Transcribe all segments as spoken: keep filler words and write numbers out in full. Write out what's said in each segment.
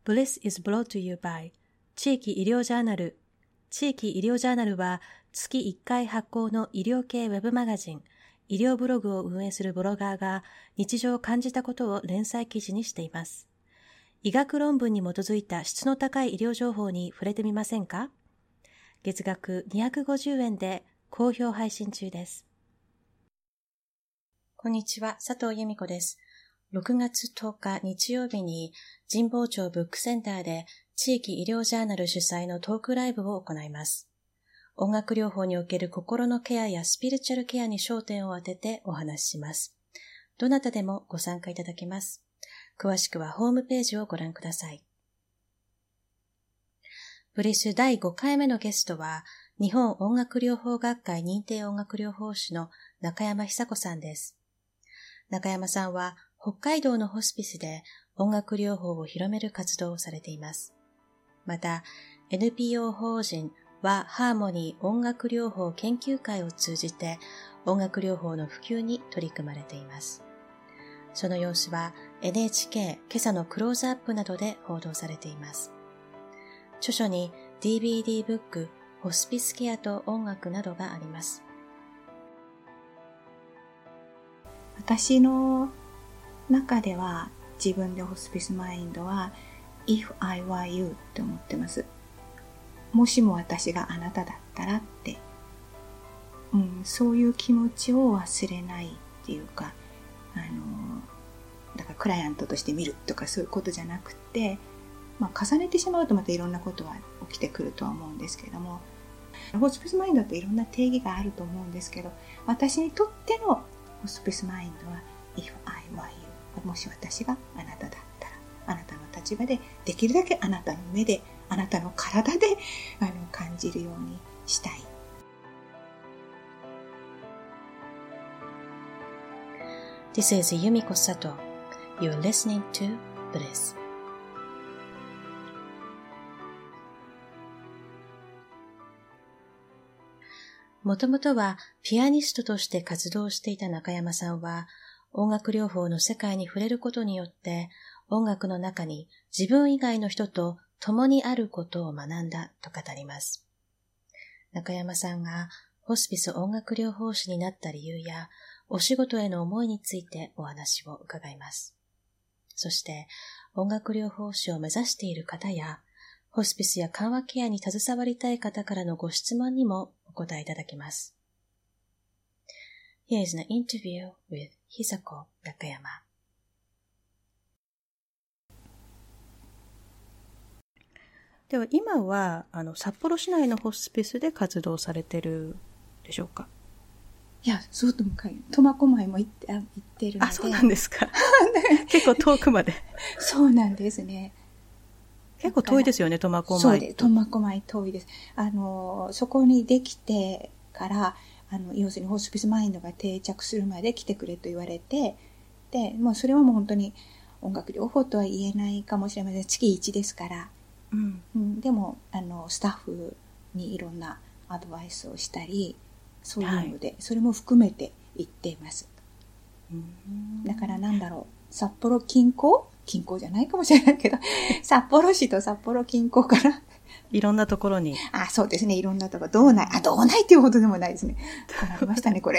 Bliss is brought to you by 地域医療ジャーナル。地域医療ジャーナルは月いっかい発行の医療系ウェブマガジン、医療ブログを運営するブロガーが日常を感じたことを連載記事にしています。医学論文に基づいた質の高い医療情報に触れてみませんか？月額にひゃくごじゅうえんで好評配信中です。こんにちは、佐藤由美子です。ろくがつとおか日曜日に神保町ブックセンターで地域医療ジャーナル主催のトークライブを行います。音楽療法における心のケアやスピリチュアルケアに焦点を当ててお話しします。どなたでもご参加いただけます。詳しくはホームページをご覧ください。ブリスだいごかいめのゲストは日本音楽療法学会認定音楽療法士の中山久子さんです。中山さんは北海道のホスピスで音楽療法を広める活動をされています。また、エヌピーオー 法人はハーモニー音楽療法研究会を通じて音楽療法の普及に取り組まれています。その様子は エヌエイチケー 今朝のクローズアップなどで報道されています。著書に ディーブイディー ブック、ホスピスケアと音楽などがあります。 私の中では自分でホスピスマインドは If I were you って思ってます。もしも私があなただったらって、うん、そういう気持ちを忘れないっていうか、あのだからクライアントとして見るとかそういうことじゃなくて、まあ、重ねてしまうとまたいろんなことは起きてくるとは思うんですけども、ホスピスマインドっていろんな定義があると思うんですけど、私にとってのホスピスマインドは If I were you、 もし私があなただったら、あなたの立場でできるだけあなたの目で、あなたの体であの感じるようにしたい。 This is Yumiko Sato. You're listening to Bliss. もともとはピアニストとして活動していた中山さんは、音楽療法の世界に触れることによって、音楽の中に自分以外の人と共にあることを学んだと語ります。中山さんがホスピス音楽療法士になった理由や、お仕事への思いについてお話を伺います。そして、音楽療法士を目指している方や、ホスピスや緩和ケアに携わりたい方からのご質問にもお答えいただきます。Here is an interview with Hisako Nakayama。では今はあの札幌市内のホスピスで活動されてるでしょうか？ いや、そうともかい。苫小牧も行って、行ってるので。 あ、そうなんですか。結構遠くまで。 そうなんですね。 結構遠いですよね、苫小牧。 そうです。苫小牧遠いです。あの、そこにできてから、あの、要するにホスピスマインドが定着するまで来てくれと言われて、で、もうそれはもう本当に音楽療法とは言えないかもしれません。月いちですから。 うんうん、でも、あの、スタッフにいろんなアドバイスをしたり、そういうので、はい、それも含めて行っています。うんだからなんだろう、札幌近郊近郊じゃないかもしれないけど、札幌市と札幌近郊からいろんなところに。 あ、そうですね、いろんなところ、道内、あ、道内っていうほどでもないですね。困りましたね、これ。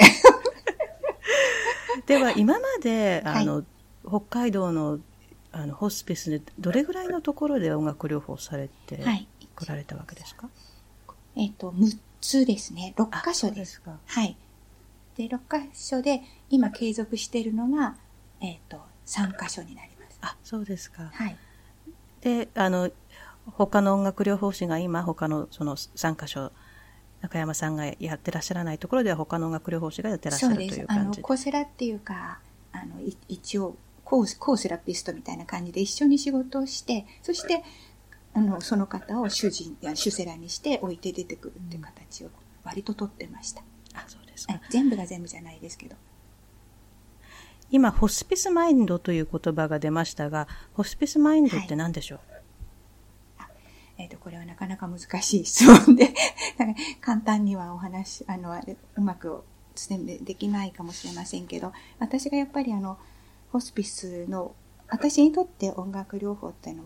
では、今まで、あの、はい、北海道の、あの、ホスピスでどれぐらいのところで音楽療法をされて来られたわけですか？ はい、えっと、むっつですね。ろっかしょです。 ですか。 はい。で、ろっかしょで、今継続しているのが、えっと、さんかしょになります。 あ、そうですか。 はい。 で、あの、他の音楽療法士が今、他のそのさんかしょ、中山さんがやってらっしゃらないところでは他の音楽療法士がやってらっしゃるという感じで。 そうです。あの、コセラっていうか、あの、い一応コース、コーセラピストみたいな感じで一緒に仕事をして、そして、あの、その方を主人や主セラにして置いて出てくるっていう形を割と取ってました。 あ、そうですか。 全部が全部じゃないですけど。 今、ホスピスマインドという言葉が出ましたが、ホスピスマインドって何でしょう？ はい、あえっと、これはなかなか難しい質問で、簡単にはお話、あの、うまく伝えできないかもしれませんけど、私がやっぱりあの、ホスピスの、私にとって音楽療法っていうのは、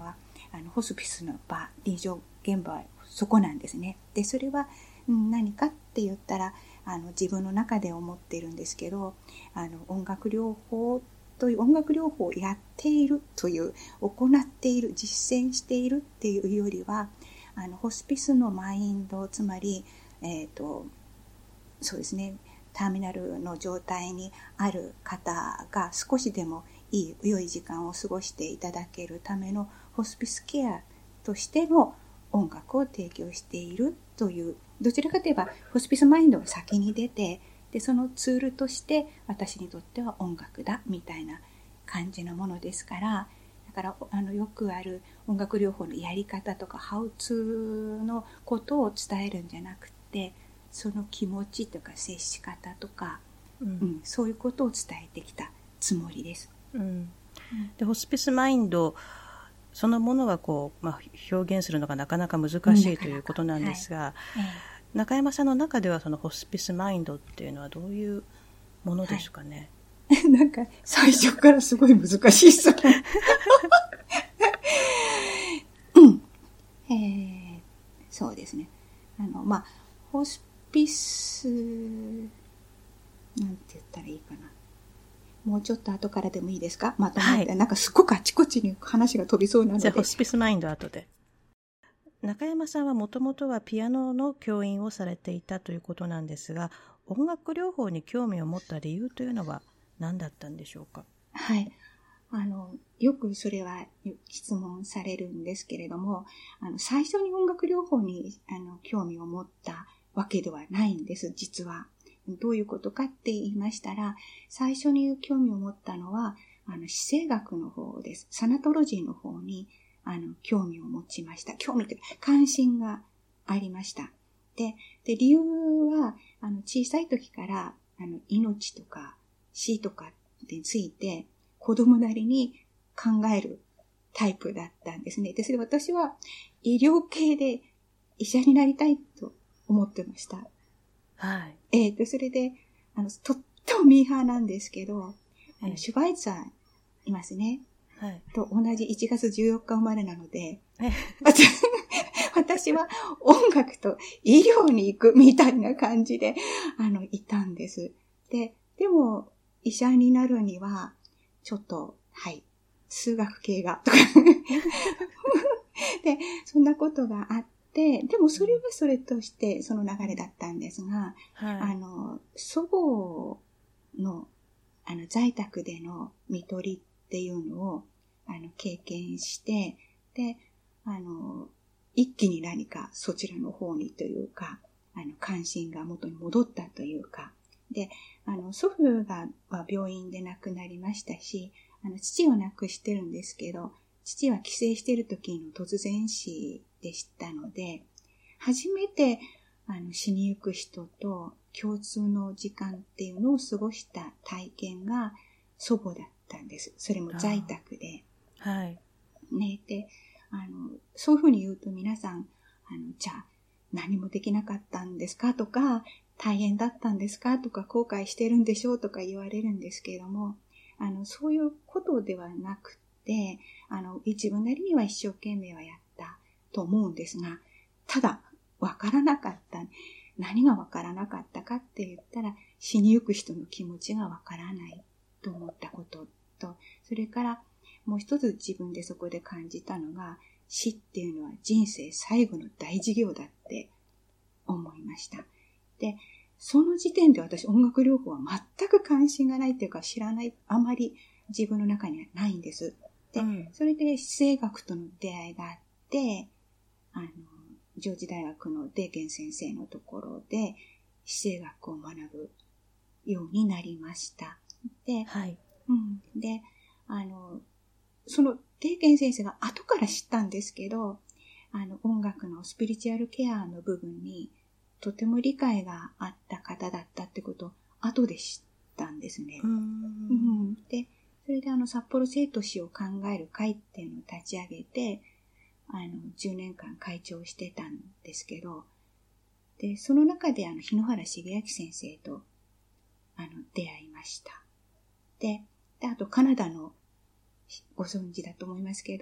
あのホスピスの場、臨床現場はそこなんですね。で、それは、うん、何かって言ったら、あの自分の中で思っているんですけど、あの音楽療法という音楽療法をやっているという、行っている、実践しているっていうよりは、あのホスピスのマインド、つまり、えっと、そうですね、ターミナルの状態にある方が少しでもいい、良い時間を過ごしていただけるためのホスピスケアとしての音楽を提供しているという、どちらかといえばホスピスマインドが先に出て、でそのツールとして私にとっては音楽だみたいな感じのものですから、だからあのよくある音楽療法のやり方とかハウツーのことを伝えるんじゃなくて、その気持ちとか接し方とか、うんうん、そういうことを伝えてきたつもりです。 うん、でホスピスマインドそのものがこう、まあ、表現するのがなかなか難しいということなんですが、はい、中山さんの中ではそのホスピスマインドっていうのはどういうものですかね。 はい、なんか最初からすごい難しい質問、うん、えー、そうですね。あのまあホスピスなんて言ったらいいかな。もうちょっと後からでもいいですか？まとめて、はい、なんかすごくあちこちに話が飛びそうなので。 じゃあホスピスマインド後で。中山さんはもともとはピアノの教員をされていたということなんですが、音楽療法に興味を持った理由というのは何だったんでしょうか？ はい。あの、よくそれは質問されるんですけれども、あの、最初に音楽療法にあの興味を持ったわけではないんです、実は。どういうことかって言いましたら、最初に興味を持ったのは、あの、姿勢学の方です。サナトロジーの方に、あの、興味を持ちました。興味というか、関心がありました。で、で、理由は、あの、小さい時から、あの、命とか死とかについて、子供なりに考えるタイプだったんですね。ですから私は、医療系で医者になりたいと思ってました。 はい。 えっと、それで、あの、とってもミーハーなんですけど、あの、シュバイツァーいますね。はい。と同じいちがつじゅうよっか生まれなので、私は音楽と医療に行くみたいな感じで、あの、いたんです。で、でも、医者になるには、ちょっと、はい、数学系が、とか。で、そんなことがあって、で、でもそれはそれとしてその流れだったんですが、はい、あの、祖母の、あの、在宅での看取りっていうのを、あの、経験して、で、あの、一気に何かそちらの方にというか、あの、関心が元に戻ったというか、で、あの、祖父がは病院で亡くなりましたし、あの、父を亡くしてるんですけど、父は帰省している時の突然死でしたので、初めてあの死にゆく人と共通の時間っていうのを過ごした体験が祖母だったんです。それも在宅で。 はい。 ね、で、あの、そういうふうに言うと皆さん、あの、じゃあ何もできなかったんですかとか、大変だったんですかとか、後悔してるんでしょうとか言われるんですけれども、あの、そういうことではなくて、あの、自分なりには一生懸命はやったと思うんですが、ただ、わからなかった。何がわからなかったかって言ったら、死にゆく人の気持ちがわからないと思ったことと、それからもう一つ自分でそこで感じたのが、死っていうのは人生最後の大事業だって思いました。で、その時点で私音楽療法は全く関心がないというか知らない、あまり自分の中にはないんです。で、うん、それで姿勢学との出会いがあって、あの、上智大学のデーケン先生のところで姿勢学を学ぶようになりました。で、はい。うん。で、あの、そのデーケン先生が後から知ったんですけど、あの、音楽のスピリチュアルケアの部分にとても理解があった方だったってことを後で知ったんですね。うーん、うん、で、それであの、札幌生徒史を考える会っていうのを立ち上げて、あの、じゅうねんかん会長してたんですけど、で、その中であの、日野原茂明先生と、あの、出会いました。で、であとカナダの、ご存知だと思いますけど、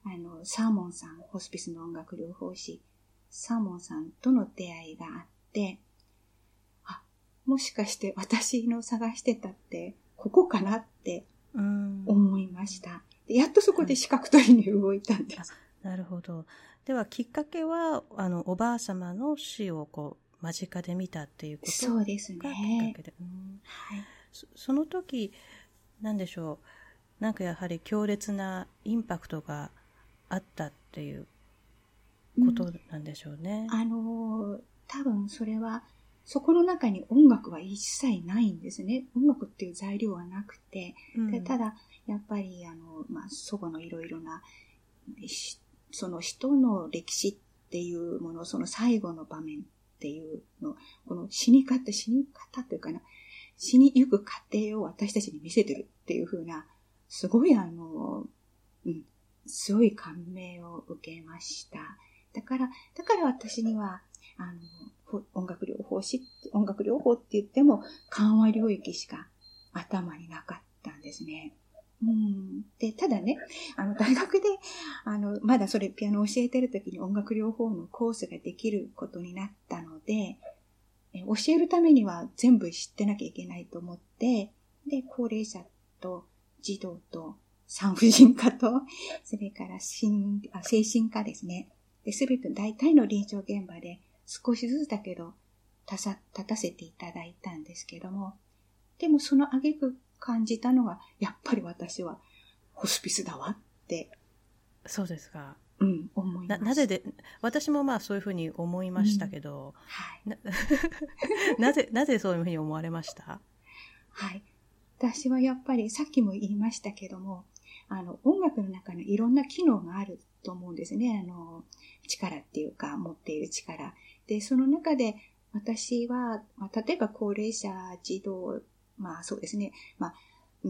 あの、サーモンさん、ホスピスの音楽療法士、サーモンさんとの出会いがあって、あ、もしかして私の探してたって、ここかなって思いました。でやっとそこで資格取りに動いたんです。 なるほど。では、きっかけは、あの、おばあ様の死をこう、間近で見たっていうことがきっかけで。そうですね。うん、はい、そ, その時、なんでしょう。なんかやはり強烈なインパクトがあったっていうことなんでしょうね。 うん、あの、多分それは、そこの中に音楽は一切ないんですね。音楽っていう材料はなくて。うん、でただ、やっぱり、あの、まあ、祖母のいろいろな、その人の歴史っていうもの、その最後の場面っていうの、この死に方、死に方というかな、死にゆく過程を私たちに見せてるっていう風な、すごいあの、うん、すごい感銘を受けました。だから、だから私には、あの、音楽療法士、音楽療法って言っても緩和領域しか頭になかったんですね。うん、で、ただね、あの、大学で、あの、まだそれピアノを教えてる時に音楽療法のコースができることになったので、え教えるためには全部知ってなきゃいけないと思って、で、高齢者と児童と産婦人科と、それから心あ精神科ですね。で、すべて大体の臨床現場で少しずつだけど立た、立たせていただいたんですけども、でもその挙句感じたのが、やっぱり私はホスピスだわって。 そうですか。 うん、思います。 な、なぜで、私もまあそういうふうに思いましたけど、うん、はい。な, なぜ、なぜそういうふうに思われました？ はい。私はやっぱりさっきも言いましたけども、あの、音楽の中のいろんな機能があると思うんですね。あの、力っていうか、持っている力。で、その中で私は、まあ、例えば高齢者、児童、まあそうですね。まあ、うん、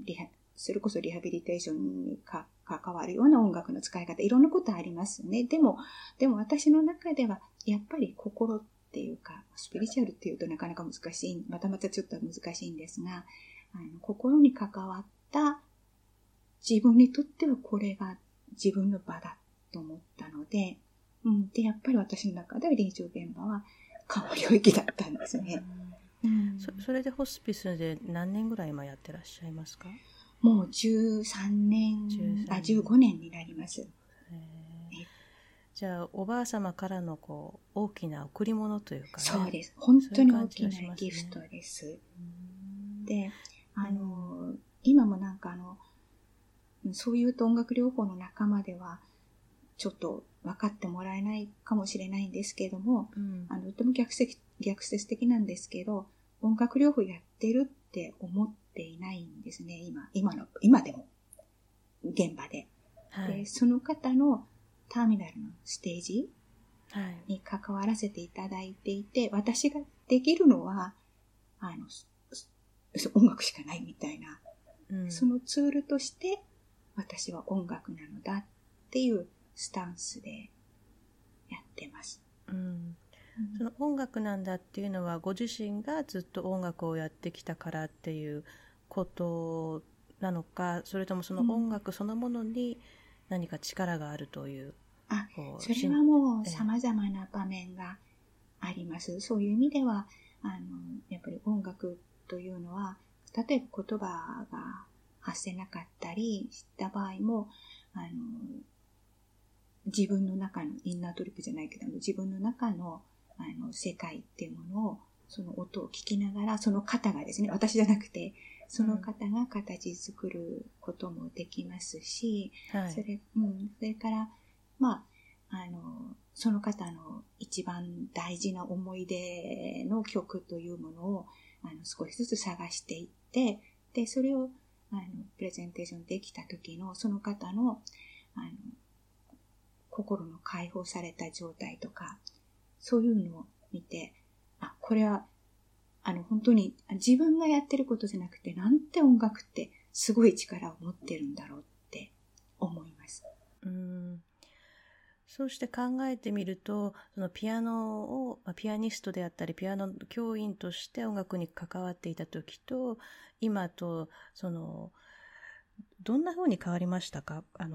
リハ、それこそリハビリテーションにか関わるような音楽の使い方、いろんなことありますよね。でも、でも私の中では、やっぱり心っていうか、スピリチュアルっていうとなかなか難しい、またまたちょっと難しいんですが、あの心に関わった自分にとってはこれが自分の場だと思ったので、うん、で、やっぱり私の中では臨床現場は緩和領域だったんですね。 うん、そ, それでホスピスで何年ぐらい今やってらっしゃいますか？ もうじゅうさんねん、あ、じゅうごねんになります。 じゃあ、おばあ様からのこう大きな贈り物というかね。 そうです。本当に大きなギフトです。で、あの、うん、今もなんかあの、そういうと音楽療法の仲間では、ちょっと分かってもらえないかもしれないんですけれども、うん、あの、とても逆説、逆説的なんですけど、音楽療法やってるって思っていないんですね、今。今の、今でも。現場で。はい、で、その方のターミナルのステージに関わらせていただいていて、私ができるのは、あの、音楽しかないみたいな、うん、そのツールとして私は音楽なのだっていうスタンスでやってます。 うんうん、その音楽なんだっていうのはご自身がずっと音楽をやってきたからっていうことなのか、それともその音楽そのものに何か力があるという、 うん、あ、それはもう様々な場面があります。そういう意味ではあのやっぱり音楽というのは、例えば言葉が発せなかったりした場合も、あの自分の中のインナートリップじゃないけど、自分の中のあの世界っていうものを、その音を聞きながら、その方がですね、私じゃなくて、その方が形作ることもできますし、うん、はい、それ、うん、それから、まあ、あの、その方の一番大事な思い出の曲というものを、あの、少しずつ探していって、で、それを、あの、プレゼンテーションできた時の、その方の、あの、心の解放された状態とか、そういうのを見て、あ、これは、あの、本当に自分がやってることじゃなくて、なんて音楽ってすごい力を持ってるんだろうって思います。 うーん、そうして考えてみると、そのピアノを、ピアニストであったり、ピアノ教員として音楽に関わっていた時と、今と、その、どんな風に変わりましたか？あの、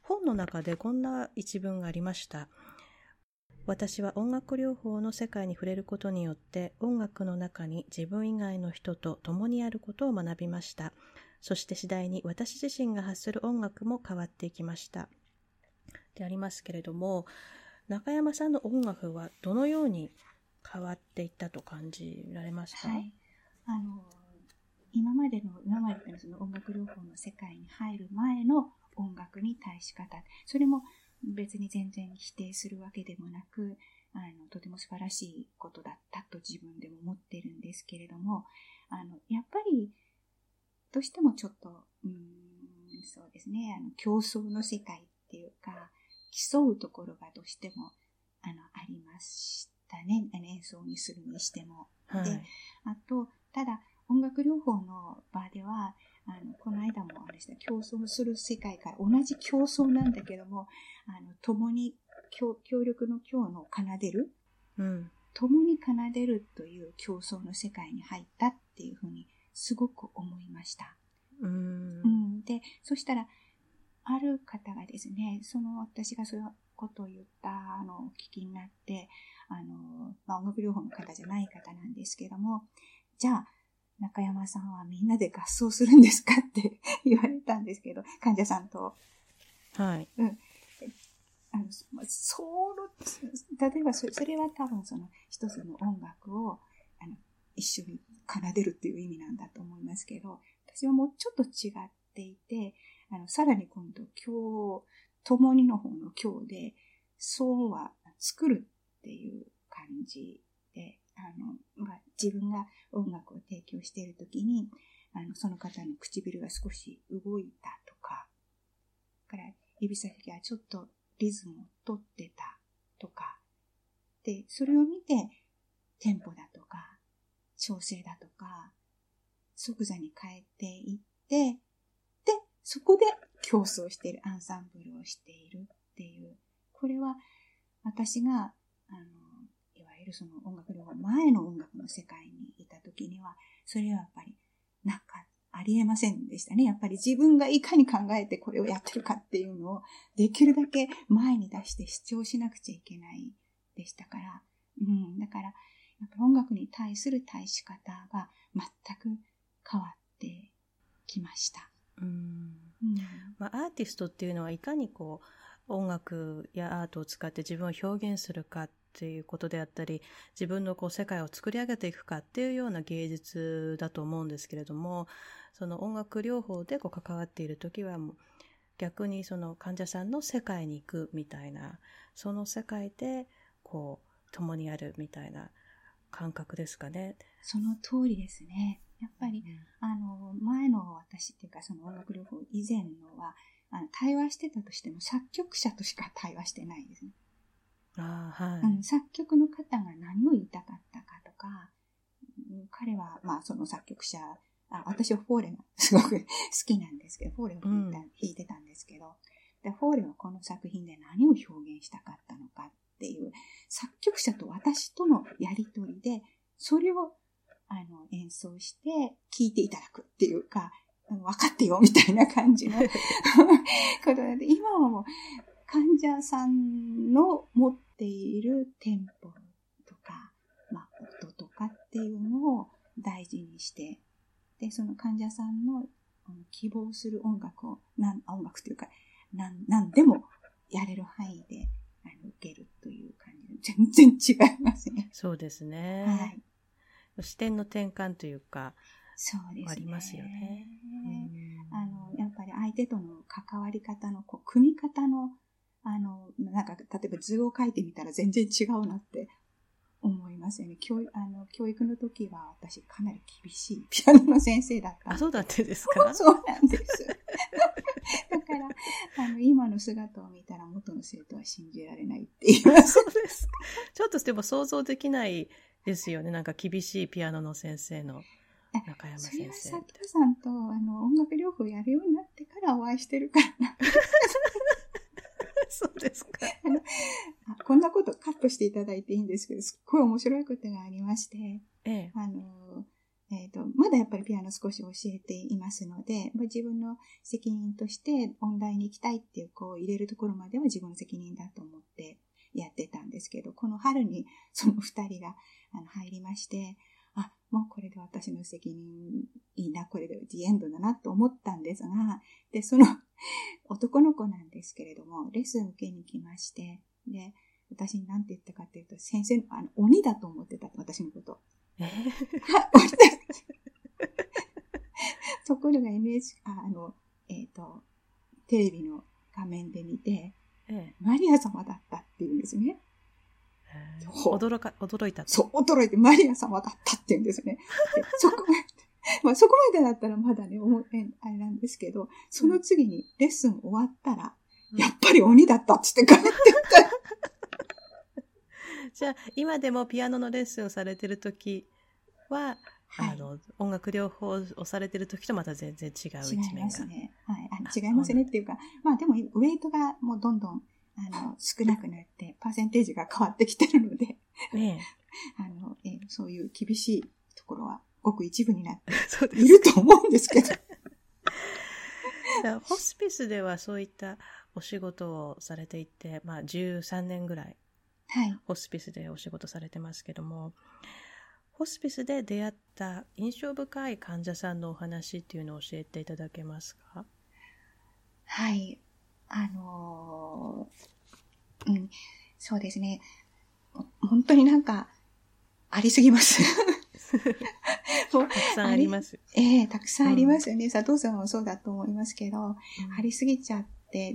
本の中でこんな一文がありました。私は音楽療法の世界に触れることによって音楽の中に自分以外の人と共にあることを学びました。そして次第に私自身が発する音楽も変わっていきました。でありますけれども、中山さんの音楽はどのように変わっていったと感じられますか？ はい、あの今までの今までのその音楽療法の世界に入る前の音楽に対し方、それも別に全然否定するわけでもなく、あのとても素晴らしいことだったと自分でも思ってるんですけれども、あのやっぱりどうしてもちょっとうーんそうですね、あの競争の世界っていうか競うところがどうしてもあのありましたね、演奏にするにしても。 はい、 で、あとただ音楽療法の場ではあのこの間もあれした競争する世界から同じ競争なんだけども、あの共に協力の協の奏でる、 うん、 共に奏でるという競争の世界に入ったっていうふうにすごく思いました。 うんうん、でそしたらある方がですね、その私がそういうことを言ったあのお聞きになって、あの、まあ、音楽療法の方じゃない方なんですけども、じゃあ中山さんはみんなで合奏するんですかって言われたんですけど、患者さんと。 はい。 うん。あの、その、例えばそれ、それは多分その一つの音楽をあの一緒に奏でるっていう意味なんだと思いますけど、私はもうちょっと違っていて、あの、さらに今度今日、共にの方の今日で、そうは作るっていう感じで、あの、まあ、自分が音楽を提供しているときに、あの、その方の唇が少し動いたとか、から指先がちょっとリズムを取ってたとか、で、それを見て、テンポだとか、調整だとか、即座に変えていって、で、そこで競争している、アンサンブルをしているっていう、これは私が、あの、いわゆるその音楽療法前の音楽の世界にいた時には、それはやっぱりなんかありえませんでしたね。やっぱり自分がいかに考えてこれをやってるかっていうのをできるだけ前に出して主張しなくちゃいけないでしたから、うん、だからやっぱ音楽に対する対し方が全く変わってきました。 うん、うんまあ、アーティストっていうのはいかにこう音楽やアートを使って自分を表現するかっていうことであったり、自分のこう世界を作り上げていくかっていうような芸術だと思うんですけれども、その音楽療法でこう関わっているときはもう逆にその患者さんの世界に行くみたいな、その世界でこう共にあるみたいな感覚ですかね。 その通りですね。やっぱり、うん、あの前の私っていうかその音楽療法以前のはあの対話してたとしても作曲者としか対話してないですね。 あ、はいうん、作曲の方が何を言いたかったかとか、うん、彼はまあその作曲者、あ私はフォーレがすごく好きなんですけど、フォーレを弾いた、うん、弾いてたんですけど、でフォーレはこの作品で何を表現したかったのかっていう作曲者と私とのやりとりでそれをあの演奏して聴いていただくっていうか、分かってよみたいな感じのことで、今はもう患者さんの持っているテンポとか、まあ、音とかっていうのを大事にして、でその患者さんの希望する音楽をなん音楽というかなんなんでもやれる範囲であの受けるという感じで全然違いますね。 そうですね。 はい。 視点の転換というか、 そうですね。 ありますよね。 あのやっぱり相手との関わり方のこう組み方のあのなんか例えば図を書いてみたら全然違うなって思いますよね。教あの教育の時は私かなり厳しいピアノの先生だったんで。 あ、そうだったんですか？ そうなんです。だからあの今の姿を見たら元の生徒は信じられないって言います。 そうです。ちょっとでも想像できないですよね。なんか厳しいピアノの先生の中山先生。 それは佐藤さんとあの音楽療法やるようになってからお会いしてるからなんです。 そうですか。 あのあこんなことカットしていただいていいんですけど、すっごい面白いことがありまして、 ええ、 あのえっと、まだやっぱりピアノ少し教えていますので、自分の責任として音大に行きたいっていう子を入れるところまでは自分の責任だと思ってやってたんですけど、この春にその二人があの入りまして、あ、もうこれで私の責任いいな、これでジエンドだなと思ったんですが、で、その男の子なんですけれども、レッスン受けに来まして、で、私に何て言ったかというと、先生、あの、鬼だと思ってた、私のこと。 えー、 ところが エヌエイチ、あ、あの、えっと、テレビの画面で見て、ええ、マリア様だったっていうんですね。 驚か、驚いた。 そう、驚いてマリア様だったっていうんですね。そこまで、まあそこまでだったらまだね、あれなんですけど、その次にレッスン終わったら、うん、やっぱり鬼だったって言って帰ってきた。 じゃあ、今でもピアノのレッスンをされてるときは、はい、あの、音楽療法をされてるときとまた全然違う一面が。 違いますね。はい。あの違いますねっていうか、まあでもウェイトがもうどんどんあの少なくなって、パーセンテージが変わってきてるので、ねえあのえー、そういう厳しいところはごく一部になっていると思うんですけど。 ホスピスではそういったお仕事をされていて、まあじゅうさんねんぐらい、はい、ホスピスでお仕事されてますけども、ホスピスで出会った印象深い患者さんのお話っていうのを教えていただけますか？ はい。あのー、うん、そうですね。本当になんか、ありすぎます。 たくさんあります。 ええー、たくさんありますよね。うん、佐藤さんもそうだと思いますけど、うん、ありすぎちゃって、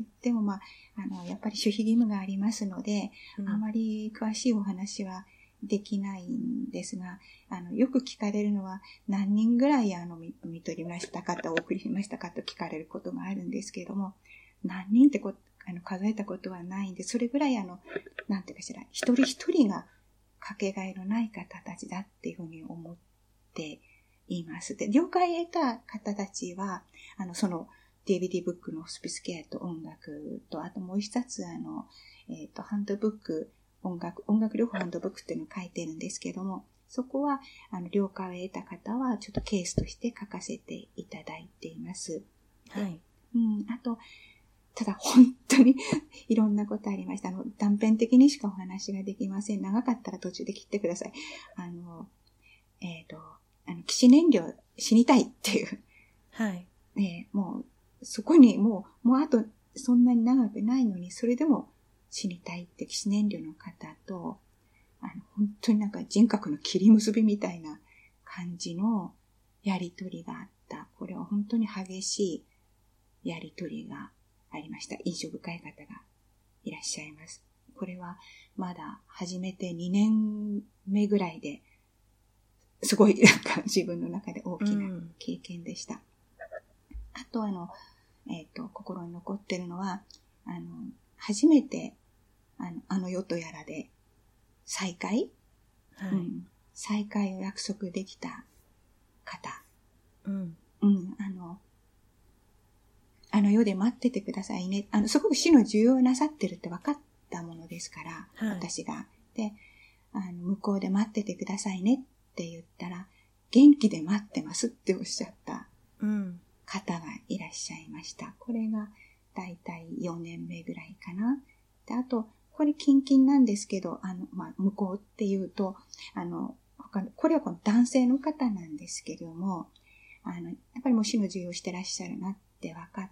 でもまあ、あの、やっぱり守秘義務がありますので、うん、あまり詳しいお話はできないんですが、あの、よく聞かれるのは、何人ぐらいあの、見、見取りましたかと、お送りしましたかと聞かれることがあるんですけれども、何人ってこ、あの、数えたことはないんで、それぐらいあの、なんていうかしら、一人一人がかけがえのない方たちだっていうふうに思っています。で、了解得た方たちは、あの、その、ディーブイディー ブックのホスピスケアと音楽と、あともう一つあの、えっと、ハンドブック、音楽、音楽療法ハンドブックっていうのを書いてるんですけども、そこは、あの、了解を得た方は、ちょっとケースとして書かせていただいています。はい。うん、あと、ただ本当にいろんなことありました。あの、断片的にしかお話ができません。長かったら途中で切ってください。あの、えっと、あの、起死燃料死にたいっていう。はい。ね、もう、そこにもう、もうあとそんなに長くないのに、それでも死にたいって起死燃料の方と、あの、本当になんか人格の切り結びみたいな感じのやりとりがあった。これは本当に激しいやりとりがありました。印象深い方がいらっしゃいます。これはまだ始めてにねんめぐらいで、すごいなんか自分の中で大きな経験でした。うん、あとあの、えっと、心に残ってるのは、あの、初めて、あの、あの世とやらで再会、はい、うん、再会を約束できた方。うん。うん、あの、あの世で待っててくださいね。あの、すごく死の重要なさってるって分かったものですから、はい、私が。で、あの、向こうで待っててくださいねって言ったら、元気で待ってますっておっしゃった方がいらっしゃいました。これがだいたいよねんめぐらいかな。で、あと、これキンキンなんですけど、あの、まあ、向こうっていうと、あの、他の、これはこの男性の方なんですけれども、あの、やっぱりもう死の重要してらっしゃるなって分かって、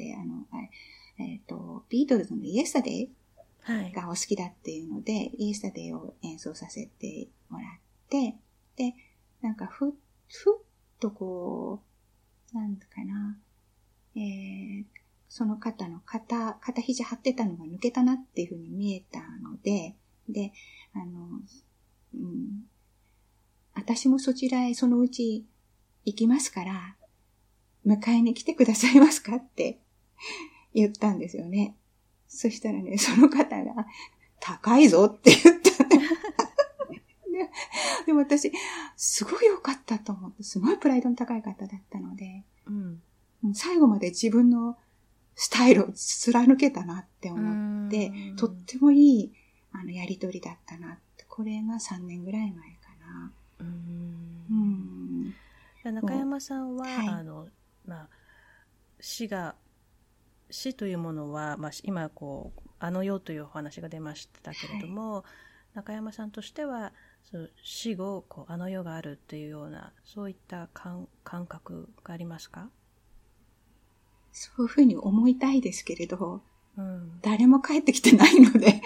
あの、えっと、ビートルズのイエスタデイがお好きだっていうので、はい、イエスタデイを演奏させてもらって、で、なんかふ、ふっとこう、なんかな、えー、その方の肩、肩肘張ってたのが抜けたなっていうふうに見えたので、で、あの、うん、私もそちらへそのうち行きますから、迎えに来てくださいますかって言ったんですよね。そしたらね、その方が、高いぞって言ったね。で, でも私、すごい良かったと思って、すごいプライドの高い方だったので、うん、最後まで自分のスタイルを貫けたなって思って、とってもいいあのやりとりだったなって。これがさんねんぐらい前かな。うーん、うんじゃあ中山さんは、 はい、 あの、まあ、死が、死というものは、まあ、今こう、あの世というお話が出ましたけれども、はい、中山さんとしては、そう死後こうあの世があるというような、そういった感、感覚がありますか？ そういうふうに思いたいですけれど、 うん、 誰も帰ってきてないので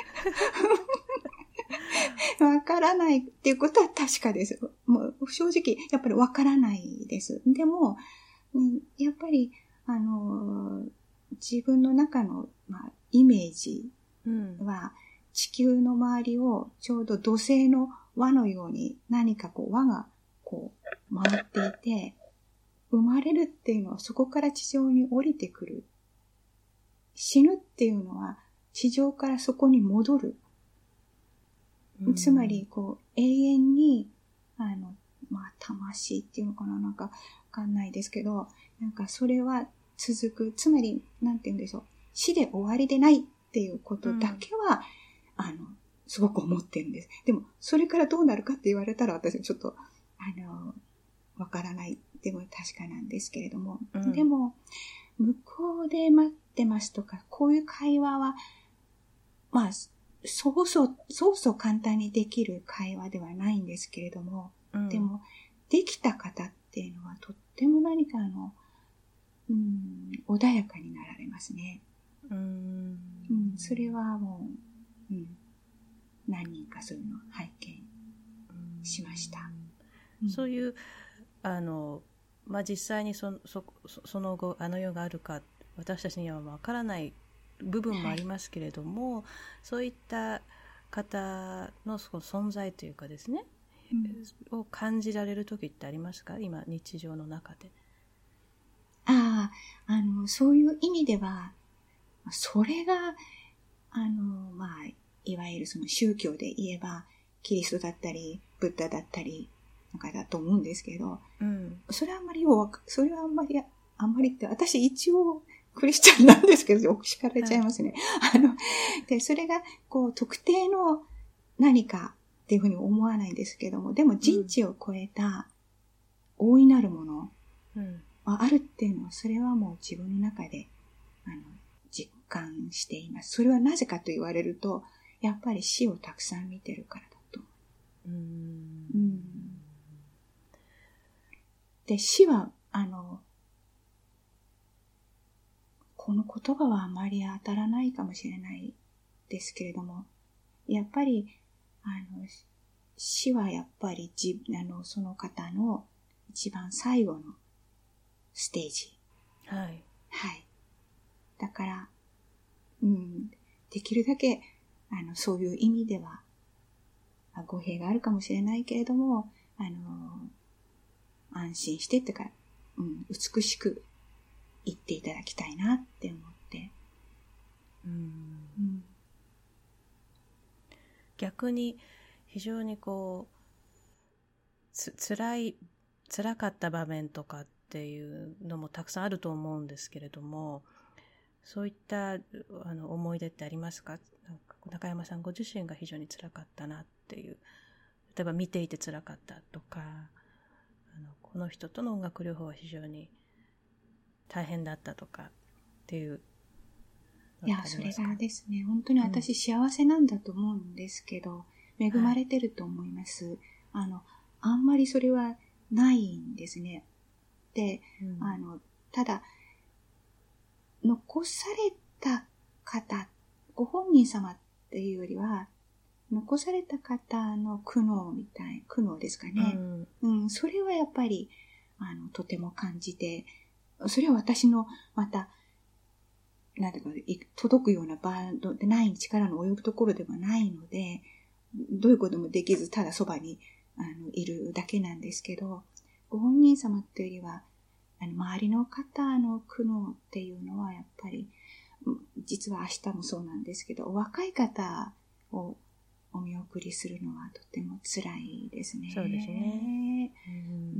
わからないっていうことは確かです。もう正直やっぱりわからないです。でも、うん、やっぱりあの自分の中の、まあ、イメージは、地球の周りをちょうど土星の輪のように何かこう輪がこう回っていて、生まれるっていうのはそこから地上に降りてくる。死ぬっていうのは地上からそこに戻る。うん、つまりこう永遠にあのまあ魂っていうのかな、なんかわかんないですけど、なんかそれは続く。つまりなんて言うんでしょう。死で終わりでないっていうことだけは、うん、あのすごく思ってるんです。でもそれからどうなるかって言われたら私はちょっとあのわからない。でも確かなんですけれども、うん、でも向こうで待ってますとか、こういう会話はまあそうそう、そうそう簡単にできる会話ではないんですけれども、うん、でも、できた方っていうのはとっても何かあの、うん、穏やかになられますね。うん、うん、それはもう、うん、何人かそういうのを拝見しました。 うん、そういう、あの、まあ、実際にそ、そ、その後、あの世があるか、私たちにはわからない部分もありますけれども、はい、そういった方のその存在というかですね、うん、を感じられる時ってありますか？今日常の中で。 ああ、あのそういう意味ではそれがあのまあいわゆるその宗教で言えばキリストだったりブッダだったりなんかだと思うんですけど、うん、それはあんまりよそれはあんまりあんまりって私一応クリスチャンなんですけど、叱られちゃいますね。はい、あの、で、それが、こう、特定の何かっていうふうに思わないんですけども、でも人知を超えた大いなるものはあるっていうのは、それはもう自分の中で、あの、実感しています。それはなぜかと言われると、やっぱり死をたくさん見てるからだと。うーんうん、で、死は、あの、この言葉はあまり当たらないかもしれないですけれども、やっぱり、あの、死はやっぱりじあのその方の一番最後のステージ。はい。はい。だから、うん、できるだけ、あの、そういう意味では、語弊があるかもしれないけれども、あの、安心してってか、うん、美しく言っていただきたいなって思って。うんうん、 逆に非常にこうつ辛い辛かった場面とかっていうのもたくさんあると思うんですけれども、そういったあの思い出ってありますか？なんか中山さんご自身が非常に辛かったなっていう、例えば見ていて辛かったとか、あのこの人との音楽療法は非常に大変だったとかっていう。 いや、それがですね、本当に私幸せなんだと思うんですけど、うん、恵まれてると思います。はい、あの、あんまりそれはないんですね。で、うん、あの、ただ、残された方、ご本人様っていうよりは、残された方の苦悩みたい、苦悩ですかね。うん、うん、それはやっぱり、あの、とても感じて、それは私の、また、なんていうか、届くような場でない力の及ぶところではないので、どういうこともできず、ただそばにあのいるだけなんですけど、ご本人様っていうよりは、あの周りの方の苦悩っていうのはやっぱり、実は明日もそうなんですけど、お若い方をお見送りするのはとても辛いですね。 そうですね。 うん、なんと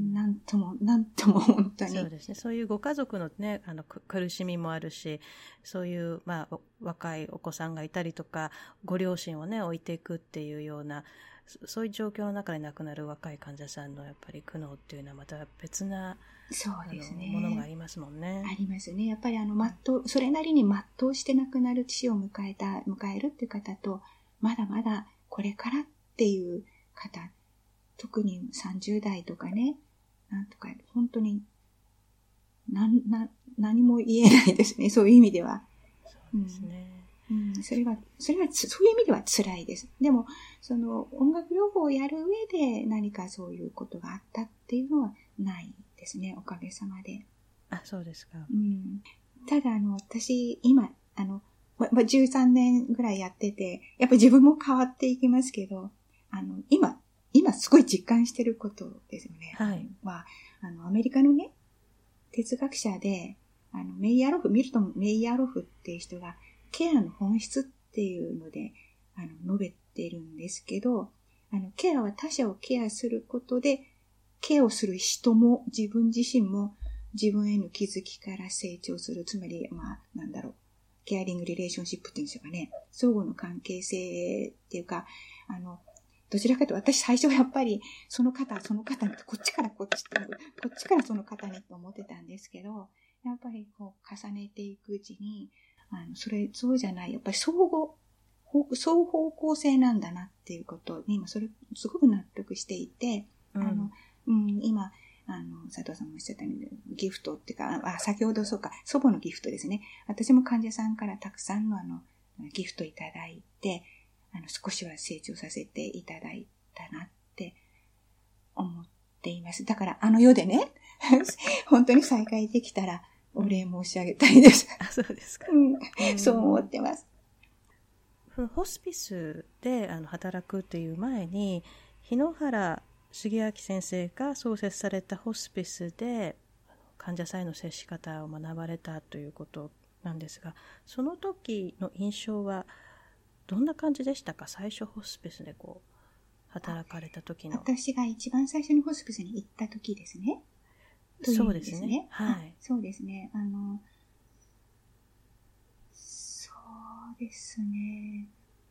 とも、なんとも本当に。 そうですね。そういうご家族のね、あの、苦しみもあるし、そういう、まあ、若いお子さんがいたりとか、ご両親をね、置いていくっていうような、そういう状況の中で亡くなる若い患者さんのやっぱり苦悩っていうのはまた別な、 そうですね。 ものがありますもんね。 ありますね。やっぱりあの、全う、それなりに全うして亡くなる死を迎えた、迎えるっていう方と、まだまだこれからっていう方、特にさんじゅう代とかね、なんとか、本当に、なん、な、何も言えないですね。そういう意味では。 そうですね。 うんうん、それは、それは、そういう意味では辛いです。でも、その、音楽療法をやる上で何かそういうことがあったっていうのはないですね。おかげさまで。 あ、そうですか。 うん。ただ、あの、私、今、あの、ま、ま、じゅうさんねんぐらいやってて、やっぱ自分も変わっていきますけど、あの、今、今すごい実感してることですよね。 はい。 は、あの、アメリカのね、哲学者で、あの、メイヤーロフ、ミルトン・メイヤーロフっていう人が、ケアの本質っていうので、あの、述べてるんですけど、あの、ケアは他者をケアすることで、ケアをする人も自分自身も自分への気づきから成長する。つまり、まあ、なんだろう。ケアリングリレーションシップっていうんでしょうかね。相互の関係性っていうか、あの、どちらかというと、私最初はやっぱり、その方、その方に、こっちからこっちって、こっちからその方にと思ってたんですけど、やっぱりこう、重ねていくうちに、あの、それ、そうじゃない。やっぱり相互、双方向性なんだなっていうことに、今それ、すごく納得していて、うん、あの、うん、今、あの、佐藤さんもおっしゃったように、ギフトっていうか、あ、先ほどそうか、祖母のギフトですね。私も患者さんからたくさんのあの、ギフトいただいて、あの、少しは成長させていただいたなって思っています。だから、あの世でね、本当に再会できたら、お礼申し上げたいです。 あ、そうですか。 うん、そう思ってます。 ホスピスであの働くという前に、日野原茂明先生が創設されたホスピスで患者さんへの接し方を学ばれたということなんですが、その時の印象はどんな感じでしたか？最初ホスピスでこう働かれた時の。 私が一番最初にホスピスに行った時ですね。 そうですね。はい。 そうですね。あの、そうですね。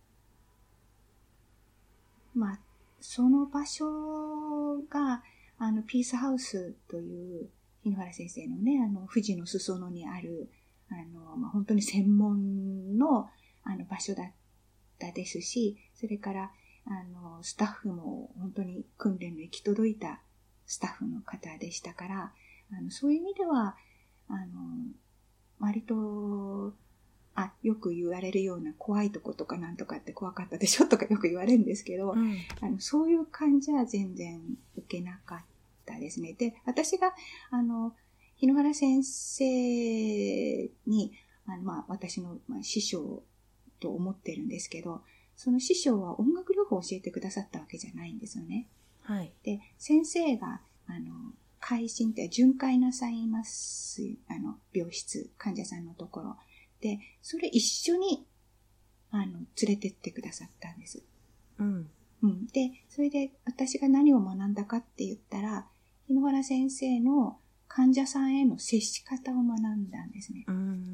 まあ、その場所が、あの、ピースハウスという、日野原先生のね、あの、富士の裾野にある、あの、まあ、本当に専門の、あの、場所だったですし、それから、あの、スタッフも本当に訓練の行き届いたスタッフの方でしたから、あの、そういう意味では、あの、割と、あ、よく言われるような怖いとことかなんとかって怖かったでしょとかよく言われるんですけど、うん、あのそういう感じは全然受けなかったですね。で、私が、あの、日野原先生に、あの、まあ、私の、まあ、師匠と思ってるんですけど、その師匠は音楽療法を教えてくださったわけじゃないんですよね。 はい。 で、先生が、あの、回診って巡回なさいます、あの、病室、患者さんのところ。で、それ一緒に、あの、連れてってくださったんです。 うん。 うん。で、それで私が何を学んだかって言ったら、日野原先生の患者さんへの接し方を学んだんですね。 うん。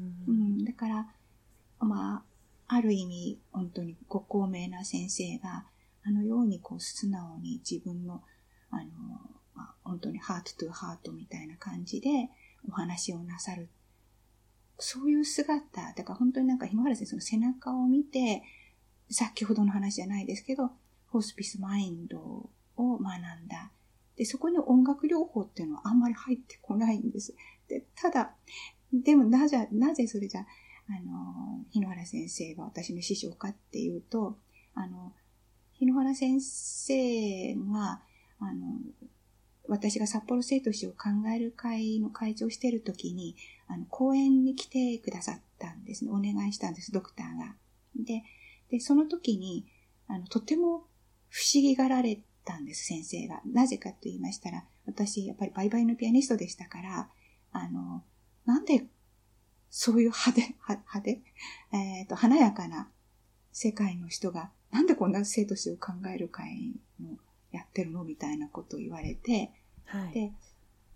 うん。だから、まあ、ある意味、本当にご高名な先生が、あのようにこう素直に自分の、あの、まあ、本当にハートトゥーハートみたいな感じでお話をなさる。そういう姿、だから本当になんか日野原先生の背中を見て、先ほどの話じゃないですけど、ホスピスマインドを学んだ。で、そこに音楽療法っていうのはあんまり入ってこないんです。で、ただ、でもなぜ、なぜそれじゃ、あの、日野原先生が私の師匠かっていうと、あの、日野原先生が、あの、私が札幌生と死を考える会の会長をしているときに、あの、講演に来てくださったんですね。お願いしたんです、ドクターが。で、で、その時に、あの、とても不思議がられたんです、先生が。なぜかと言いましたら、私、やっぱりバイバイのピアニストでしたから、あの、なんで、そういう派手、派手えっと、華やかな世界の人が、なんでこんな生と死を考える会のやってるのみたいなことを言われて、 はい、 で、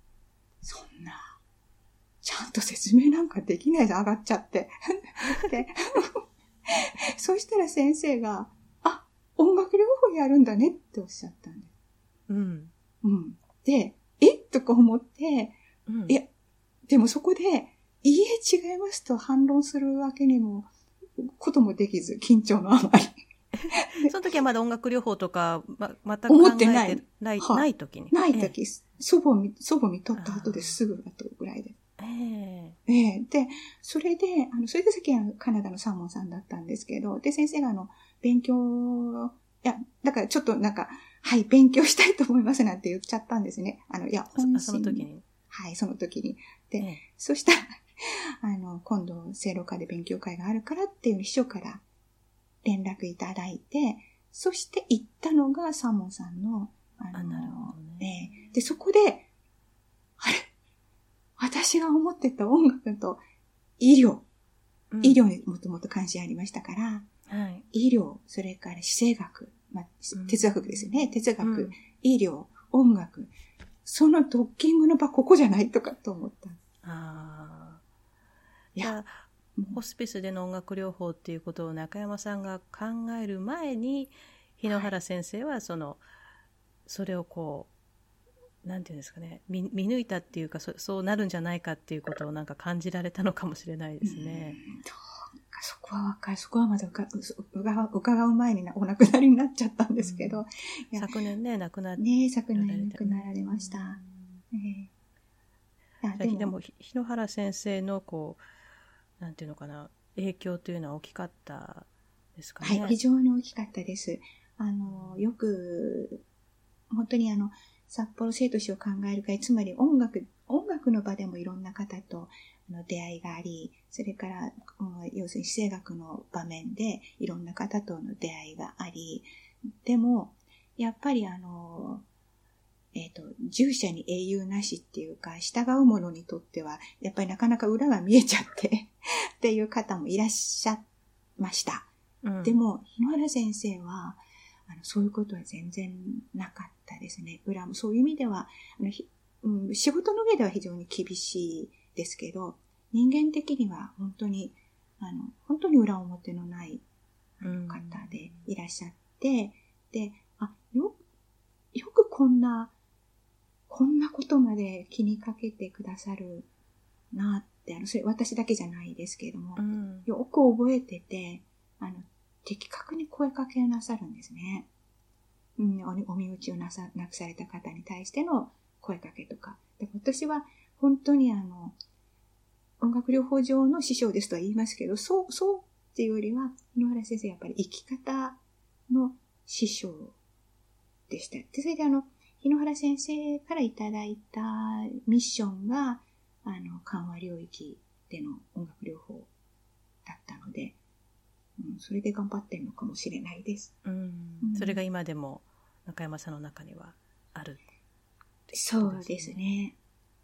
そんな、ちゃんと説明なんかできないで上がっちゃって。で、そしたら先生が、あ、音楽療法やるんだねっておっしゃったんです。 うん。 うん。で、えとか思って、 うん、 いや、でもそこで、いいえ違いますと反論するわけにも、こともできず、緊張のあまり。 その時はまだ音楽療法とか、ま、また考えてない、ない、 はい、 ない時に。 ない時、ええ、祖母み、祖母みとった後ですぐ後ぐらいで。 ええええで、それで、あの、それでさっきはカナダのサーモンさんだったんですけど、で、先生があの、勉強、いや、だからちょっとなんか、はい、勉強したいと思いますなんて言っちゃったんですね。あの、いや、本心。 その時に。 はい、その時に。で、 ええ、 そしたら、あの、今度、聖路加で勉強会があるからっていう秘書から連絡いただいて、そして行ったのがサーモンさんの、あの、 あ、なるほどね。 えー、で、そこで、あれ私が思ってた音楽と医療、うん、医療にもともと関心ありましたから、 はい、 医療、それから姿勢学、まあ、哲学ですよね。うん、哲学、うん、医療、音楽、そのドッキングの場ここじゃないとかと思った。 ああ。いや、ホスピスでの音楽療法っていうことを中山さんが考える前に、日野原先生はその、はい、それをこう、なんていうんですかね、見、見抜いたっていうか、そ、そうなるんじゃないかっていうことをなんか感じられたのかもしれないですね。 うんどうかそこはわかる。そこはまだ伺う、伺う前になお亡くなりになっちゃったんですけど。 うん、昨年ね、亡くなって。 ね昨年亡くなられました。うんえー、でも、でも日野原先生のこう、なんていうのかな、影響というのは大きかったですかね。 はい、非常に大きかったです。あの、よく、本当にあの、札幌生と死を考える会、つまり音楽、音楽の場でもいろんな方とあの出会いがあり、それから、要するに姿勢学の場面でいろんな方との出会いがあり、でも、やっぱりあの、えっと、従者に英雄なしっていうか、従う者にとっては、やっぱりなかなか裏が見えちゃってっていう方もいらっしゃいました。うん、でも、日野原先生は、あの、そういうことは全然なかったですね。裏も、そういう意味では、あの、うん、仕事の上では非常に厳しいですけど、人間的には本当に、あの、本当に裏表のないあの方でいらっしゃって、うん、で、あ、よ、よくこんな、こんなことまで気にかけてくださるなって、あの、それ私だけじゃないですけれども、うん、よく覚えてて、あの、的確に声かけなさるんですね。うん、お, お身内をなさ、亡くされた方に対しての声かけとか。で私は本当にあの、音楽療法上の師匠ですとは言いますけど、そう、そうっていうよりは、日野原先生やっぱり生き方の師匠でした。で、それであの、日野原先生からいただいたミッションが、あの、緩和領域での音楽療法だったので、うん、それで頑張ってるのかもしれないです。 うんうん、それが今でも中山さんの中にはある、ね、 そうですね。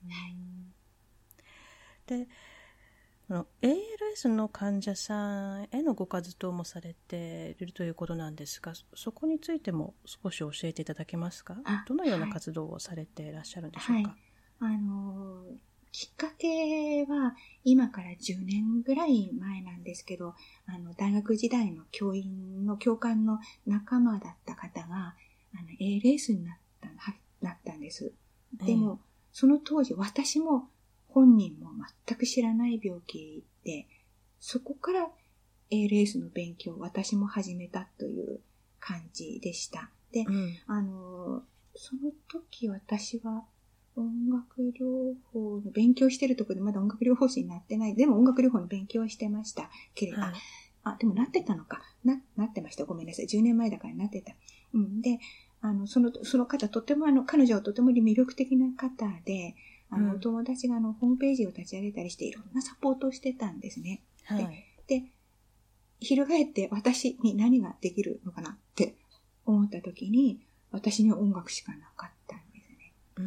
うん、で、エーエルエス の患者さんへのご活動もされているということなんですが、そこについても少し教えていただけますか？どのような活動をされていらっしゃるんでしょうか？ はい、あのー、きっかけは今からじゅうねんぐらい前なんですけど、あの大学時代の教員の教官の仲間だった方があの エーエルエス になったなったんです。でも、えー、その当時私も本人も全く知らない病気で、そこから エーエルエス の勉強を私も始めたという感じでした。で、うん、あのその時私は音楽療法の勉強してるところでまだ音楽療法士になってない。でも音楽療法の勉強はしてましたけれど、はい、あ、でもなってたのか。な、なってました。ごめんなさい。じゅうねんまえだからなってた。うん。で、あの、その、その方、とてもあの、彼女はとても魅力的な方で、あの、うん、お友達があの、ホームページを立ち上げたりしていろんなサポートをしてたんですね。はい、で、で、翻って私に何ができるのかなって思った時に、私には音楽しかなかったんですね。うん、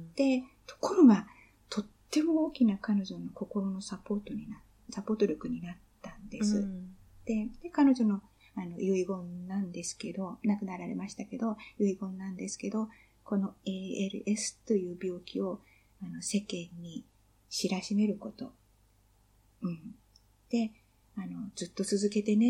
で、ところが、とっても大きな彼女の心のサポートにな、サポート力になったんです。うん、で, で、彼女のあの遺言なんですけど、亡くなられましたけど、遺言なんですけど、この エーエルエス という病気をあの世間に知らしめること。うん。で、あの、ずっと続けてねって、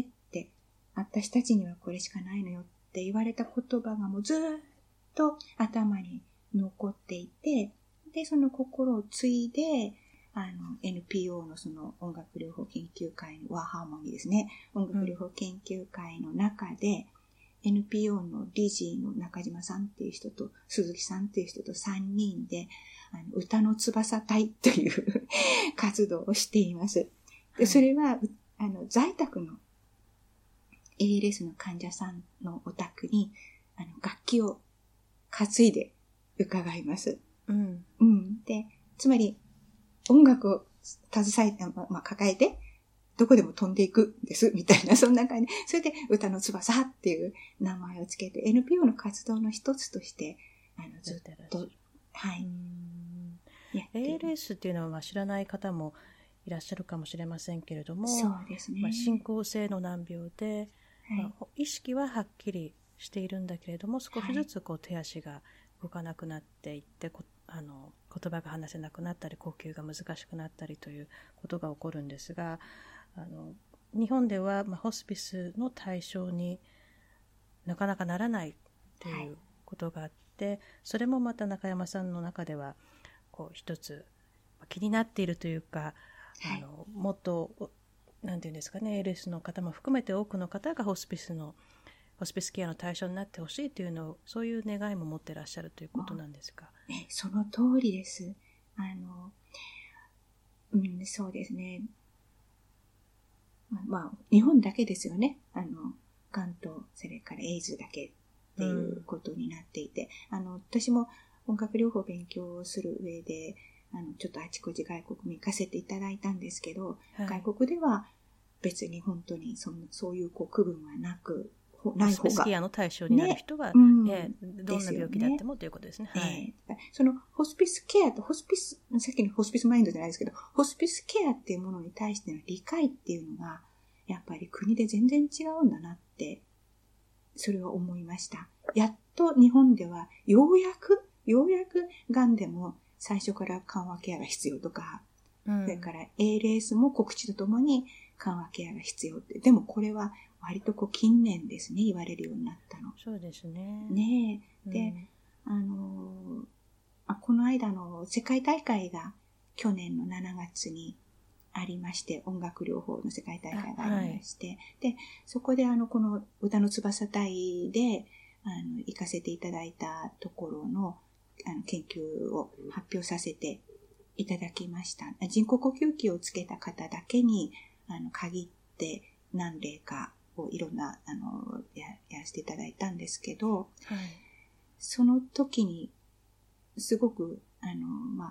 私たちにはこれしかないのよって言われた言葉がもうずっと頭に残っていて、で、その心を継いで、あの、エヌピーオー のその音楽療法研究会のワーハーモニーですね。音楽療法研究会の中で、うん、エヌピーオー の理事の中島さんっていう人と、鈴木さんっていう人とさんにんで、あの歌の翼隊という活動をしています。で、それは、あの、在宅の エーエルエス の患者さんのお宅に、あの、楽器を担いで伺います。 うん。 うん。で、つまり、音楽を携えて、まあ、抱えて、どこでも飛んでいくんです、みたいな、そんな感じ。それで、歌の翼っていう名前をつけて、エヌピーオー の活動の一つとして、あの、ずっと、はい。 エーエルエス っていうのは、まあ、知らない方もいらっしゃるかもしれませんけれども、 そうですね。 まあ、進行性の難病で、はい、まあ、意識ははっきりしているんだけれども、少しずつこう手足が動かなくなっていって、はい、あの言葉が話せなくなったり呼吸が難しくなったりということが起こるんですが、あの日本では、まあ、ホスピスの対象になかなかならないということがあって、はい、それもまた中山さんの中ではこう一つ気になっているというか、はい、あのもっとなんていうんですかね、エーエルエスの方も含めて多くの方がホスピスのホスピスケアの対象になってほしいというのを、そういう願いも持ってらっしゃるということなんですか？ ね、その通りです。あの、うん、そうですね。まあ、まあ、日本だけですよね。あの、がんと、それからエイズだけっていうことになっていて、うん、あの、私も音楽療法を勉強する上で、あの、ちょっとあちこち外国に行かせていただいたんですけど、はい、外国では別に本当にそのそういうこう区分はなく、 ない方がホスピスケアの対象になる人は、ね、うん、えー、どんな病気であってもということですね。はい、 えー、そのホスピスケアとホスピス、さっきのホスピスマインドじゃないですけど、ホスピスケアっていうものに対しての理解っていうのが、やっぱり国で全然違うんだなって、それは思いました。やっと日本ではようやく、ようやくがんでも最初から緩和ケアが必要とか、うん、それから エーエルエス も告知とともに緩和ケアが必要って。でもこれは割とこう近年ですね、言われるようになったの。 そうですね。 ねえ。で、うん、あのあ、この間の世界大会が去年のしちがつにありまして、音楽療法の世界大会がありまして、はい、で、そこであの、この歌の翼隊で、あの、行かせていただいたところの、あの、研究を発表させていただきました。人工呼吸器をつけた方だけに、あの、限って何例かをいろんな、あの、や、やらせていただいたんですけど、はい、その時に、すごく、あの、まあ、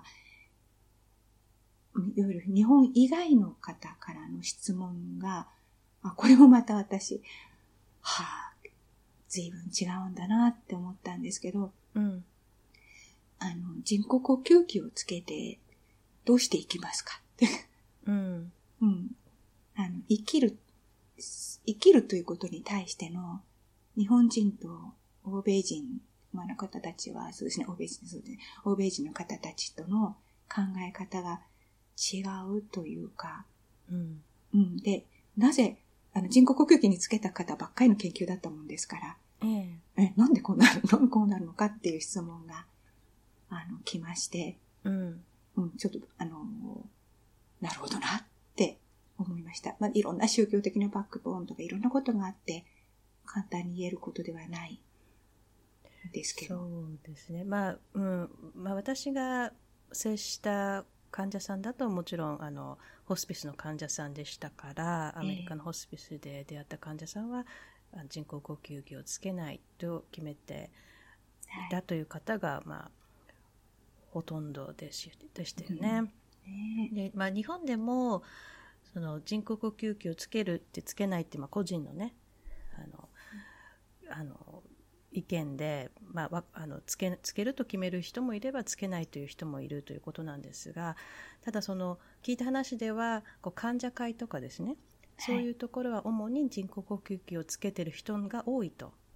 いわゆる日本以外の方からの質問が、あ、これもまた私、はぁ、随分違うんだなって思ったんですけど、うん、あの、人工呼吸器をつけてどうして生きますかって、うんうん、あの、生きる、生きるということに対しての日本人と欧米人、まあ、の方たちは、そうですね、欧米人、そうですね、欧米人の方たちとの考え方が違うというか、うんうん、で、なぜ、あの、人工呼吸器につけた方ばっかりの研究だったもんですから、ええ、え、なんでこうなるのこうなるのかっていう質問が、あの、来まして、うん、うん、ちょっと、あの、なるほどなって思いました。まあ、いろんな宗教的なバックボーンとかいろんなことがあって、簡単に言えることではないですけど。 そうですね。まあ、うん、まあ、私が接した患者さんだともちろんあのホスピスの患者さんでしたから、アメリカのホスピスで出会った患者さんは、えー、人工呼吸器をつけないと決めていたという方が、はい、まあ、ほとんどでし、でしたよね。うんえーでまあ、日本でもその人工呼吸器をつけるってつけないって、まあ、個人のねあの、うん、あの意見で、まあ、あのつけ、つけると決める人もいればつけないという人もいるということなんですが、ただその聞いた話ではこう患者会とかですね、そういうところは主に人工呼吸器をつけてる人が多いと、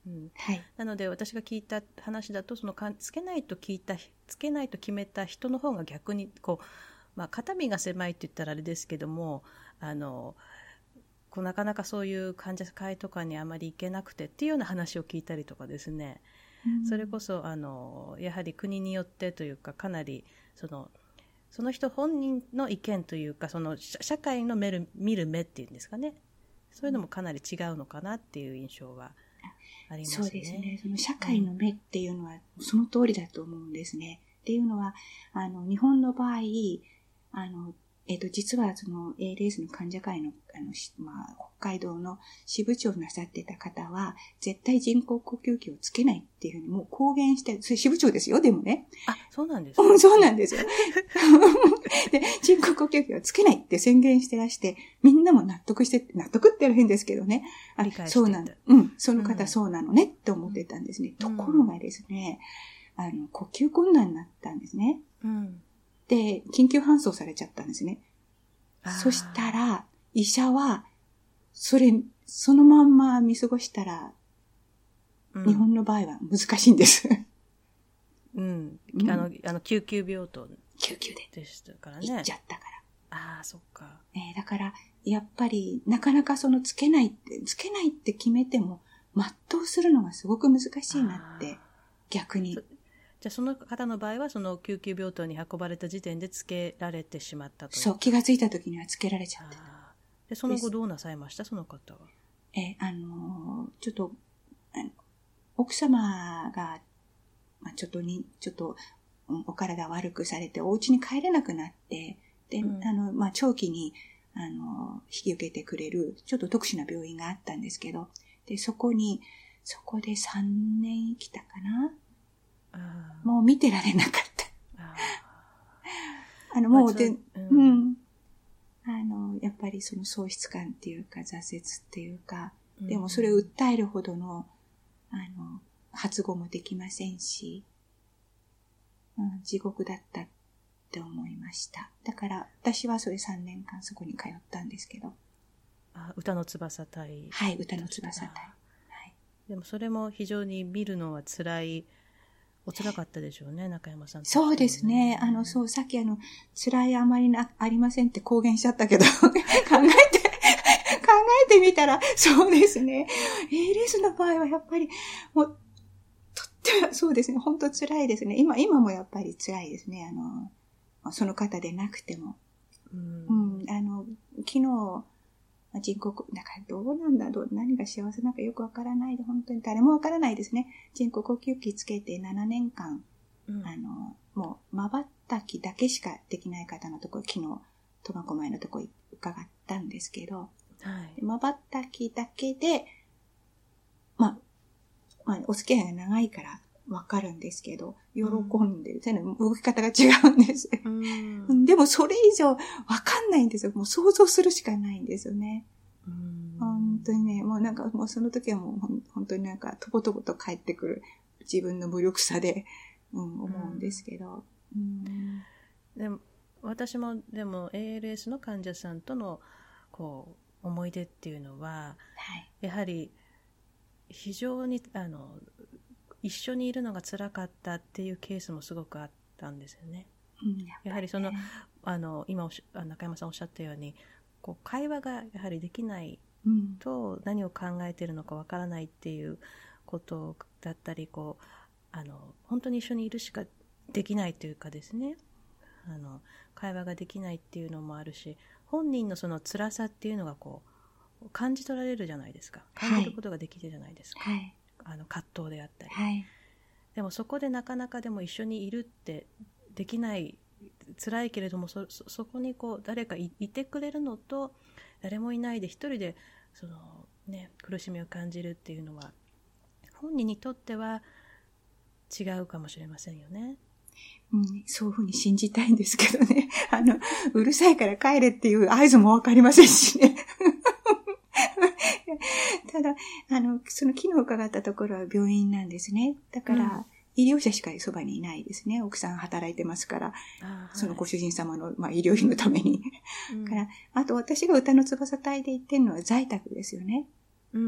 うん、 はい、 なので私が聞いた話だと、そのかつけないと聞いたつけないと決めた人の方が逆にこう、まあ、肩身が狭いって言ったらあれですけども、あのこうなかなかそういう患者会とかにあまり行けなくてっていうような話を聞いたりとかですね、うん、それこそあのやはり国によってというか、かなりそのその人本人の意見というか、その社会の見る、見る目っていうんですかね、そういうのもかなり違うのかなっていう印象はありますね。 そうですね。その社会の目っていうのはその通りだと思うんですね。うん、っていうのは、あの、日本の場合、あの、えっと、実はその エーエルエス の患者会の、あの、まあ、北海道の支部長なさってた方は、絶対人工呼吸器をつけないっていうふうにもう公言して、それ支部長ですよ、でもね。 あ、そうなんですか。 うん、そうなんですよ。で、人工呼吸器をつけないって宣言してらして、みんなも納得して、納得って言う変ですけどね。あ、 理解してそうなの。うん、その方そうなのねって思ってたんですね。うん、ところがですね、あの、呼吸困難になったんですね。うん、で、緊急搬送されちゃったんですね。そしたら、医者は、それ、そのまんま見過ごしたら、うん、日本の場合は難しいんです。 うん。あの、あの救急病棟。 救急で。 でしたからね。 行っちゃったから。 ああ、そっか。 えー、だから、やっぱり、なかなかそのつけないって、つけないって決めても、全うするのがすごく難しいなって、逆に。 じゃあその方の場合は、その救急病棟に運ばれた時点でつけられてしまったという。 そう、気がついた時にはつけられちゃってた。 で、その後どうなさいました、その方は。 えー、あのー、ちょっと、あの奥様が、まあ、ちょっとに、ちょっと、お体悪くされて、お家に帰れなくなって、で、うん、あの、まあ、長期に、あの、引き受けてくれる、ちょっと特殊な病院があったんですけど、で、そこに、そこでさんねん生きたかな。あもう見てられなかった。あ, あの、もうで、うん、うん。あの、やっぱりその喪失感っていうか、挫折っていうか、うん、でもそれを訴えるほどの、あの、発語もできませんし、うん、地獄だったって思いました。だから私はそれさんねんかんそこに通ったんですけど。 あ、歌の翼隊。 はい、歌の翼隊。はい。 でもそれも非常に見るのは辛い、お辛かったでしょうね、中山さん、ね。 そうですね。あの、そう、さっきあの、辛いあまりなありませんって公言しちゃったけど、考えて、考えてみたら、そうですね。エーエルエス の場合はやっぱり、もう、とっても、そうですね。本当辛いですね。今、今もやっぱり辛いですね。あの、その方でなくても。うん、うん、あの、昨日、人工、だからどうなんだろう、何が幸せなんかよくわからないで、本当に誰もわからないですね。人工呼吸器つけてななねんかん、うん、あの、もう、瞬きだけしかできない方のところ、昨日、苫小牧のところ伺ったんですけど、はい、瞬きだけで、まあ、まあ、お付き合いが長いからわかるんですけど、喜んでる。うん、動き方が違うんです。うん、でもそれ以上わかんないんですよ。もう想像するしかないんですよね。うん、本当にね、もうなんかもうその時はもう本当になんかとぼとぼと帰ってくる自分の無力さで、うん、思うんですけど。うん、 でも私もでも エーエルエス の患者さんとのこう思い出っていうのは、はい、やはり非常にあの一緒にいるのが辛かったっていうケースもすごくあったんですよね。うん、や, やはりそのあの今おし中山さんおっしゃったようにこう会話がやはりできないと何を考えているのかわからないっていうことだったり、こうあの本当に一緒にいるしかできないというかですね、あの会話ができないっていうのもあるし、本人のその辛さっていうのがこう感じ取られるじゃないですか。感じることができるじゃないですか。はい、あの葛藤であったり、はい、でもそこでなかなかでも一緒にいるってできない、辛いけれども そ, そ, そこにこう誰か い, いてくれるのと、誰もいないで一人でその、ね、苦しみを感じるっていうのは本人にとっては違うかもしれませんよね。 うん、そういうふうに信じたいんですけどね。あの、うるさいから帰れっていう合図もわかりませんしね。ただ、あの、その昨日伺ったところは病院なんですね。だから、うん、医療者しかそばにいないですね。奥さん働いてますから、はい、そのご主人様の、まあ、医療費のために。うん、から、あと私が歌の翼隊で言ってるのは在宅ですよね。うん。う 。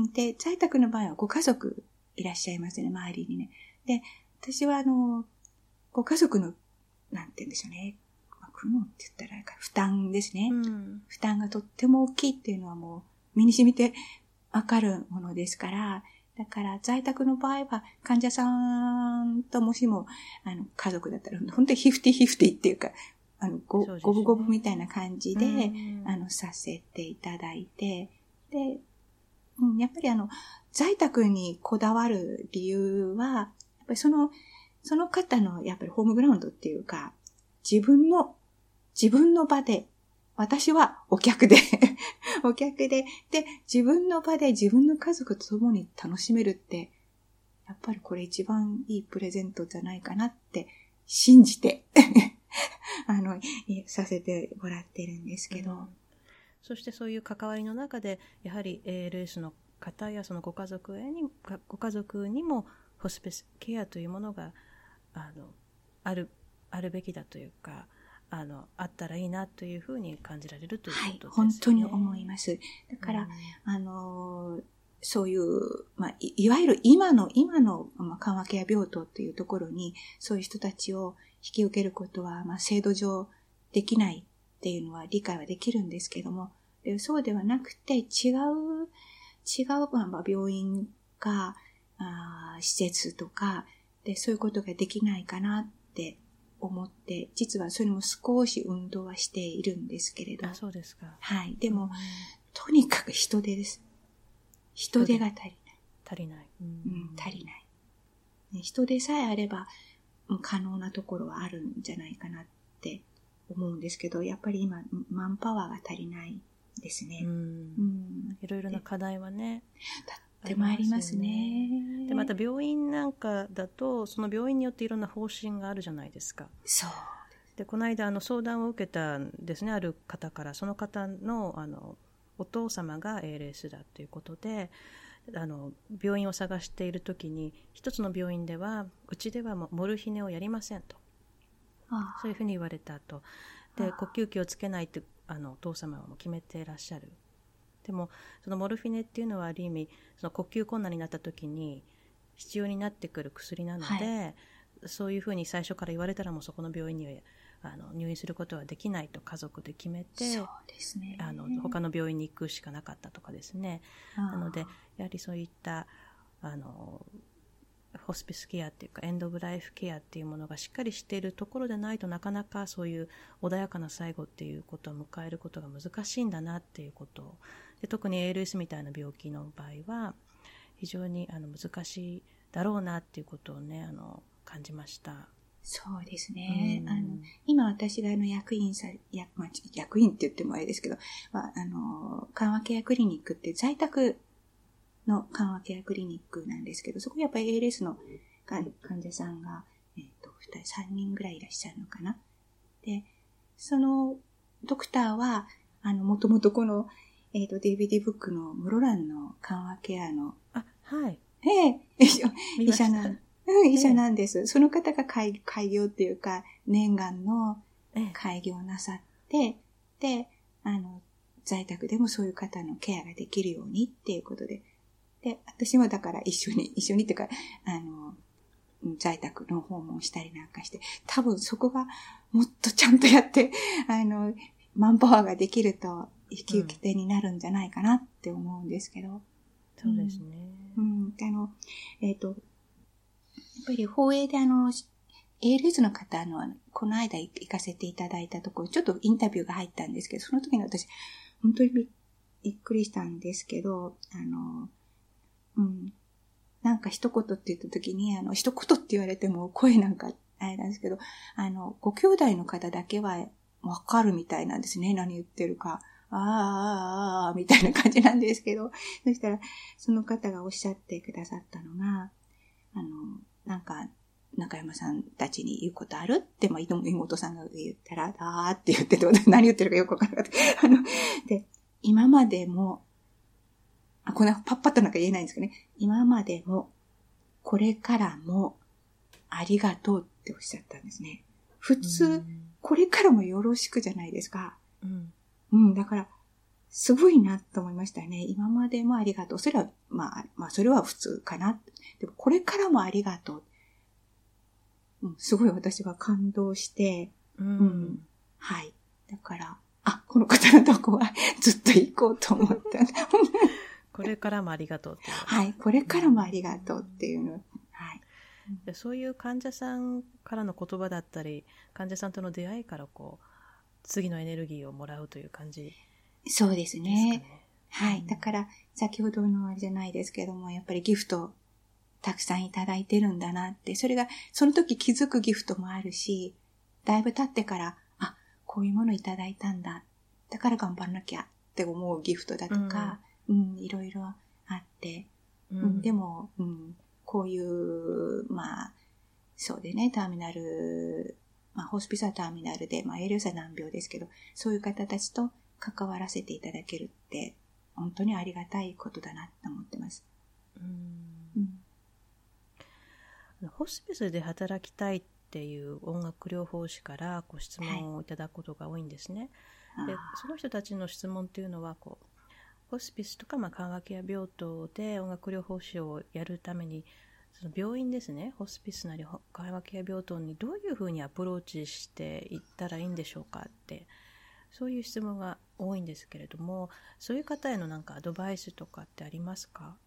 で、在宅の場合はご家族いらっしゃいますね、周りにね。で、私はあの、ご家族の、なんて言うんでしょうね。苦悩って言ったらあれか、負担ですね、うん。負担がとっても大きいっていうのはもう身に染みてわかるものですから、だから在宅の場合は患者さんともしもあの家族だったら本当にヒフティヒフティっていうか、あの ご,、ね、ごぶごぶみたいな感じで、うん、あのさせていただいて、で、うん、やっぱりあの在宅にこだわる理由は、やっぱりそのその方のやっぱりホームグラウンドっていうか、自分の自分の場で、私はお客で、お客で、で、自分の場で自分の家族と共に楽しめるって、やっぱりこれ一番いいプレゼントじゃないかなって信じて、あの、させてもらってるんですけど、うん。 そしてそういう関わりの中で、やはり エーエルエス の方やそのご家族へに、ご家族にもホスピスケアというものが、あの、ある、あるべきだというか、あの、あったらいいなというふうに感じられるということですね。はい、 本当に思います。だから、うん、あの、そういう、まあい、いわゆる今の、今の、まあ、緩和ケア病棟というところに、そういう人たちを引き受けることは、まあ、制度上できないっていうのは理解はできるんですけども、そうではなくて、違う、違う、まあ、病院か、あ施設とか、で、そういうことができないかなって思って、実はそれも少し運動はしているんですけれど。 あ、そうですか。 はい。でも、うん、とにかく人手です。人手が足りない。 足りない。 うん、うん、足りない。人手さえあれば、可能なところはあるんじゃないかなって思うんですけど、やっぱり今、マンパワーが足りないですね。うん。うん、 いろいろな課題はね。 とってもありますね。 で、また病院なんかだと、その病院によっていろんな方針があるじゃないですか。 そう。 で、この間、あの、相談を受けたんですね、ある方から。その方の、あの、お父様が エーエルエス だということで、あの、病院を探しているときに、一つの病院では、うちではもうモルヒネをやりませんと。ああ、そういうふうに言われたと。で、呼吸器をつけないって、あの、お父様はもう決めていらっしゃる。でもそのモルフィネっていうのはある意味その呼吸困難になった時に必要になってくる薬なので、はい、そういうふうに最初から言われたらもうそこの病院にはあの入院することはできないと家族で決めて、 そうですね、 あの他の病院に行くしかなかったとかですね。なのでやはりそういったあのホスピスケアっていうかエンドオブライフケアっていうものがしっかりしているところでないとなかなかそういう穏やかな最後っていうことを迎えることが難しいんだなっていうことをで特に エーエルエス みたいな病気の場合は非常にあの難しいだろうなっていうことをねあの感じました。 そうですね。あの今私があの役員さ役、まあ、役員って言ってもあれですけど、まあ、あの緩和ケアクリニックって在宅の緩和ケアクリニックなんですけど、そこにやっぱり エーエルエス の患者さんが、えっと、ふたり、さんにんぐらいいらっしゃるのかな。で、そのドクターは、あの、もともとこの、えっと、ディーブイディー ブックの室蘭の緩和ケアの、 あ、はい。 ええ、医者なん、うん、医者なんです。ええ、その方が開、開業っていうか、念願の開業なさって、ええ、で、あの、在宅でもそういう方のケアができるようにっていうことで、で、私もだから一緒に、一緒にっていうか、あの、在宅の訪問したりなんかして、多分そこがもっとちゃんとやって、あの、マンパワーができると引き受け手になるんじゃないかなって思うんですけど。うん、 そうですね。 うん。あの、えっと、やっぱり放映であの、エーエルエス の方の、この間行かせていただいたところ、ちょっとインタビューが入ったんですけど、その時に私、本当にびっくりしたんですけど、あの、うん。なんか一言って言った時に、あの、一言って言われても声なんか、あれなんですけど、あの、ご兄弟の方だけはわかるみたいなんですね。何言ってるか。あーあーあーみたいな感じなんですけど、そしたら、その方がおっしゃってくださったのが、あの、なんか、中山さんたちに言うことあるって、まあ、妹さんが言ったら、あーって言ってて、何言ってるかよくわからなかった。あの、で、今までも、あ、こんなパッパッとなんか言えないんですけどね。今までも、これからも、ありがとうっておっしゃったんですね。普通、これからもよろしくじゃないですか。うん。うん、だから、 すごいなと思いましたね。今までもありがとう。それは、まあ、まあ、それは普通かな。でも、これからもありがとう。うん、すごい私は感動して、 うん。 うん、はい。だから、あ、この方のとこはずっと行こうと思った。 これからもありがとうっていう。 はい。これからもありがとうっていうの。はい。 でそういう患者さんからの言葉だったり、患者さんとの出会いからこう、次のエネルギーをもらうという感じですかね。 そうですね。はい。 うん、 だから、先ほどのあれじゃないですけども、やっぱりギフトたくさんいただいてるんだなって、それが、その時気づくギフトもあるし、だいぶ経ってから、あ、こういうものいただいたんだ。だから頑張んなきゃって思うギフトだとか、うん、うん、いろいろあって、うんうん、でも、うん、こういう、まあ、そうでね、ターミナル、まあ、ホスピスはターミナルで、まあ、エイリスは難病ですけど、そういう方たちと関わらせていただけるって、本当にありがたいことだなと思ってます。 うんうん、ホスピスで働きたいっていう音楽療法士からご質問をいただくことが多いんですね。はい、でその人たちの質問っていうのはこう、ホスピスとか、まあ、緩和ケア病棟で音楽療法士をやるために、その病院ですね、ホスピスなり緩和ケア病棟にどういうふうにアプローチしていったらいいんでしょうかって、そういう質問が多いんですけれども、そういう方へのなんかアドバイスとかってありますか？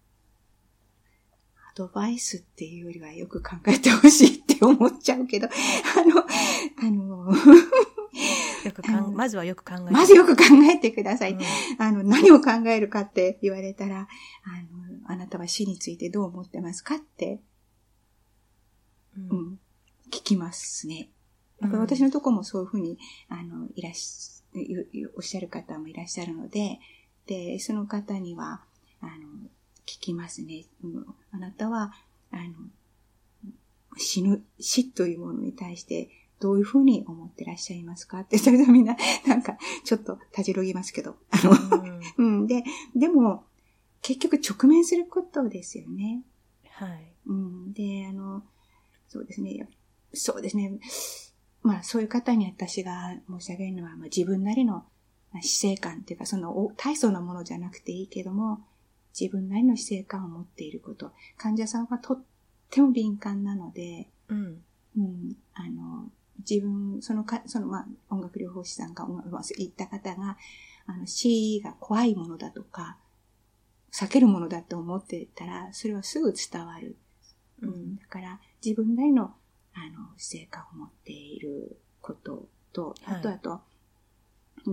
アドバイスっていうよりはよく考えてほしいって思っちゃうけど、あの、あの、 よくかんまずはよく考えてまずよく考えてください、 うん、 あの、何を考えるかって言われたら、あの、あなたは死についてどう思ってますかって、うん、うん、聞きますね。だから私のところもそういうふうに、あの、いらっしゃ、おっしゃる方もいらっしゃるので、で、その方には、あの、聞きますね。うん、あなたは、あの、死ぬ、死というものに対して、どういうふうに思ってらっしゃいますかって、それでみんな、なんか、ちょっとたじろぎますけど。あの、うん、うん。で、でも、結局直面することですよね。 はい。 うん。で、あの、そうですね。そうですね。まあ、そういう方に私が申し上げるのは、まあ、自分なりの死生観っていうか、その、大層なものじゃなくていいけども、自分なりの死生観を持っていること。患者さんはとっても敏感なので、 うん。 うん、あの、自分、そのか、その、まあ、音楽療法士さんが、言った方が、あの、死が怖いものだとか、避けるものだと思ってたら、それはすぐ伝わる。うん、だから、自分なりの、あの、死生観を持っていることと、あとあと、はい、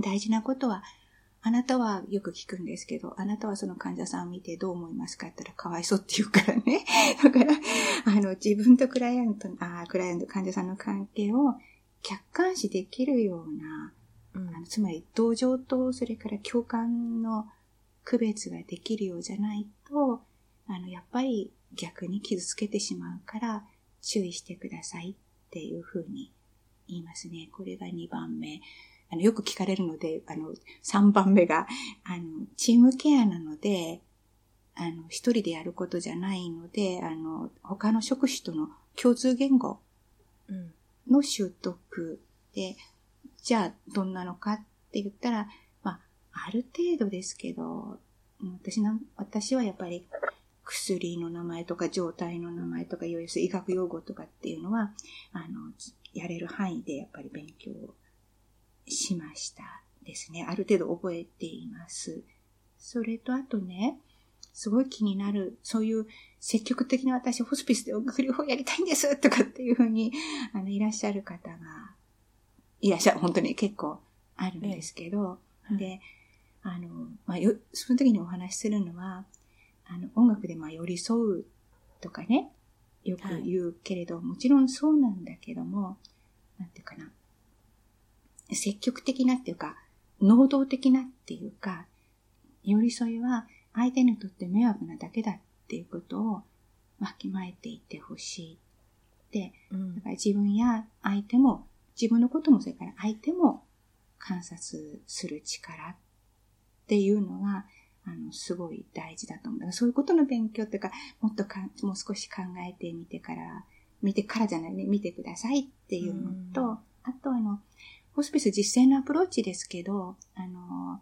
大事なことは、あなたはよく聞くんですけど、あなたはその患者さんを見てどう思いますかって言ったらかわいそうって言うからね。だから、あの、自分とクライアント、あクライアント、患者さんの関係を客観視できるような、うん、あのつまり同情とそれから共感の区別ができるようじゃないと、あの、やっぱり逆に傷つけてしまうから注意してくださいっていうふうに言いますね。これがにばんめ。あの、よく聞かれるので、あの、さんばんめが、あの、チームケアなので、あの、一人でやることじゃないので、あの、他の職種との共通言語の習得で、うん、じゃあ、どんなのかって言ったら、まあ、ある程度ですけど、私な、私はやっぱり、薬の名前とか状態の名前とか、いわゆる医学用語とかっていうのは、あの、やれる範囲でやっぱり勉強しましたですね。ある程度覚えています。それとあとね、すごい気になる、そういう積極的な私、ホスピスで音楽療法やりたいんですとかっていうふうに、あの、いらっしゃる方が、いらっしゃる、本当に結構あるんですけど、ええ、で、あの、まあ、よ、その時にお話しするのは、あの、音楽でまあ寄り添うとかね、よく言うけれど、はい、もちろんそうなんだけども、なんていうかな、積極的なっていうか、能動的なっていうか、寄り添いは相手にとって迷惑なだけだっていうことをわきまえていってほしいって、うん、だから自分や相手も、自分のこともそれから相手も観察する力っていうのが、あの、すごい大事だと思う。だからそういうことの勉強っていうか、もっとか、もう少し考えてみてから、見てからじゃないね、見てくださいっていうのと、うん、あとあの、ホスピス実践のアプローチですけど、あの、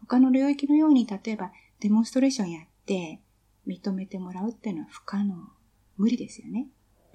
他の領域のように、例えばデモンストレーションやって認めてもらうっていうのは不可能、無理ですよね。 うん、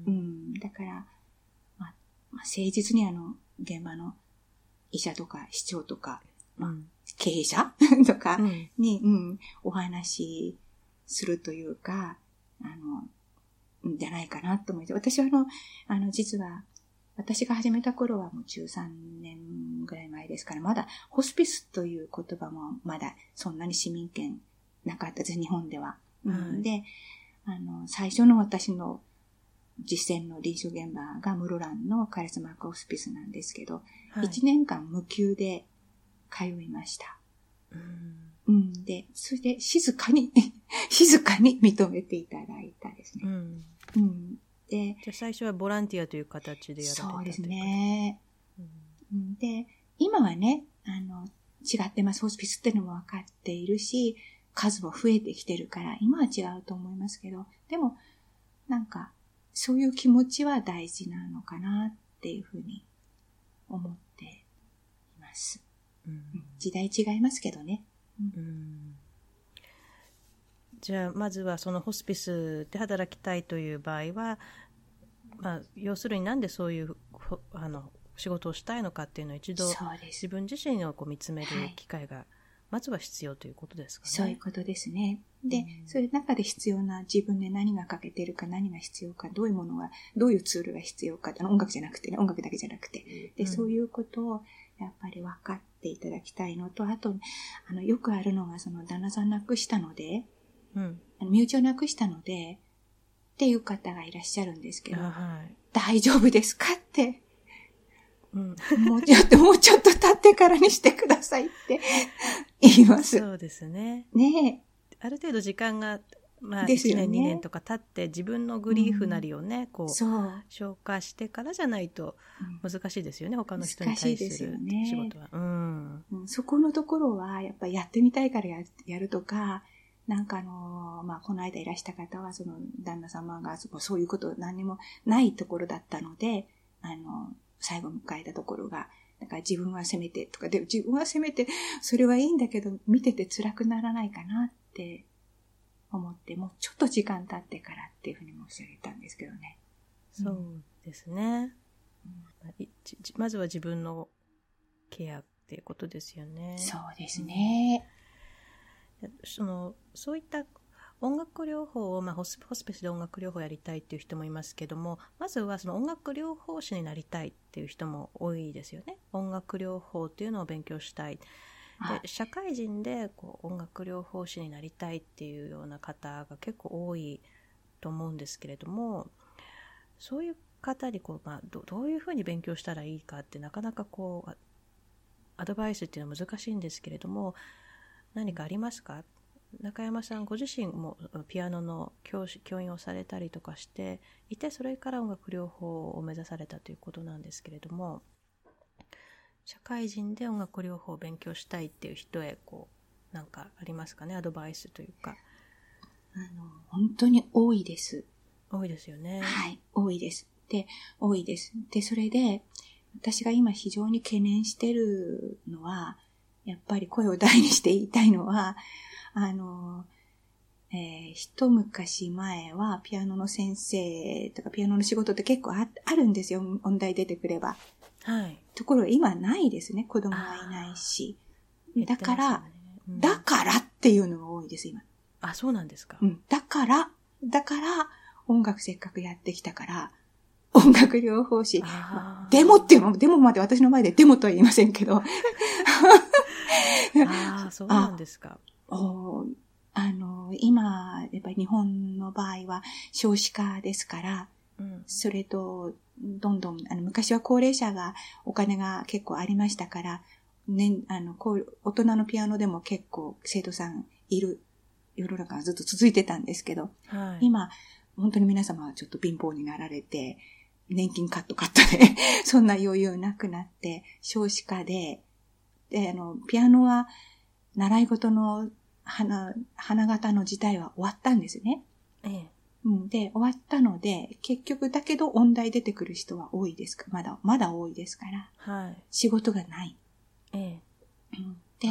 うん、だから、まあ、まあ、誠実にあの現場の医者とか市長とか、まあ、経営者とかに、うんうん、お話しするというか、あの、じゃないかなと思います。私はあの、あの、実は、私が始めた頃はもうじゅうさんねんぐらい前ですから、まだホスピスという言葉もまだそんなに市民権なかったです、日本では。うん、で、あの、最初の私の実践の臨床現場が室蘭のカリスマホスピスなんですけど、はい、いちねんかん無給で通いました。うん、うん、で、それで静かに、静かに認めていただいたですね。うんうんでじゃあ最初はボランティアという形でやられたというそうですね、うん。で、今はね、あの、違ってます。ホスピスっていうのも分かっているし、数も増えてきてるから、今は違うと思いますけど、でも、なんか、そういう気持ちは大事なのかなっていうふうに思っています。うん、時代違いますけどね。うんうんじゃあまずはそのホスピスで働きたいという場合は、まあ、要するになんでそういうあの仕事をしたいのかっていうのを一度自分自身をこう見つめる機会がまずは必要ということですかね。 そういうことですね。で、うん、そういう中で必要な自分で何が欠けているか何が必要かどういうものがどういうツールが必要か音楽じゃなくてね音楽だけじゃなくてで、うん、そういうことをやっぱり分かっていただきたいのとあとあのよくあるのがその旦那さん亡くしたのでうん、身内を亡くしたのでっていう方がいらっしゃるんですけど、はい、大丈夫ですかって、うん、もうちょっともうちょっと経ってからにしてくださいって言います。 そうですね。 ねえ、 ある程度時間がまあいちねんにねんとか経って自分のグリーフなりをね、うん、こう消化してからじゃないと難しいですよね、うん、他の人に対する仕事は、ねうんうん、そこのところはやっぱりやってみたいからや、やるとかなんかあの、まあ、この間いらした方は、その、旦那様が、そういうこと何にもないところだったので、あの、最後迎えたところが、だから自分は責めてとか、で、自分は責めて、それはいいんだけど、見てて辛くならないかなって思って、もうちょっと時間経ってからっていうふうに申し上げたんですけどね。 そうですね。うん、まずは自分のケアっていうことですよね。 そうですね。うんそのそういった音楽療法を、まあ、ホス、ホスピスで音楽療法をやりたいっていう人もいますけどもまずはその音楽療法士になりたいっていう人も多いですよね。音楽療法っていうのを勉強したいで社会人でこう音楽療法士になりたいっていうような方が結構多いと思うんですけれどもそういう方にこう、まあ、ど, どういうふうに勉強したらいいかってなかなかこうアドバイスっていうのは難しいんですけれども何かありますか？中山さんご自身もピアノの教師教員をされたりとかしていてそれから音楽療法を目指されたということなんですけれども社会人で音楽療法を勉強したいっていう人へこうなんかありますかねアドバイスというか。 あの本当に多いです。 多いですよね。 はい多いです。で多いです。でそれで私が今非常に懸念してるのはやっぱり声を大にして言いたいのは、あの、えー、一昔前はピアノの先生とかピアノの仕事って結構 あ, あるんですよ、音大出てくれば。 はい。 ところが今ないですね、子供はいないし。だから、ねうん、だからっていうのが多いです、今。 あ、そうなんですか。 うん。だから、だから、音楽せっかくやってきたから、音楽療法士。デモっていうの、デモまで私の前でデモとは言いませんけど。 ああ、そうなんですか。 あ, あの、今、やっぱり日本の場合は少子化ですから、うん、それと、どんどん、あの、昔は高齢者がお金が結構ありましたから、ね、あの、こう、大人のピアノでも結構生徒さんいる世の中がずっと続いてたんですけど、はい、今、本当に皆様はちょっと貧乏になられて、年金カットカットで、そんな余裕なくなって、少子化で、で、あの、ピアノは、習い事の花、花形の時代は終わったんですね。ええ。うん、で、終わったので、結局だけど音大出てくる人は多いですか、まだ、まだ多いですから、はい。仕事がない。ええ。うん、で、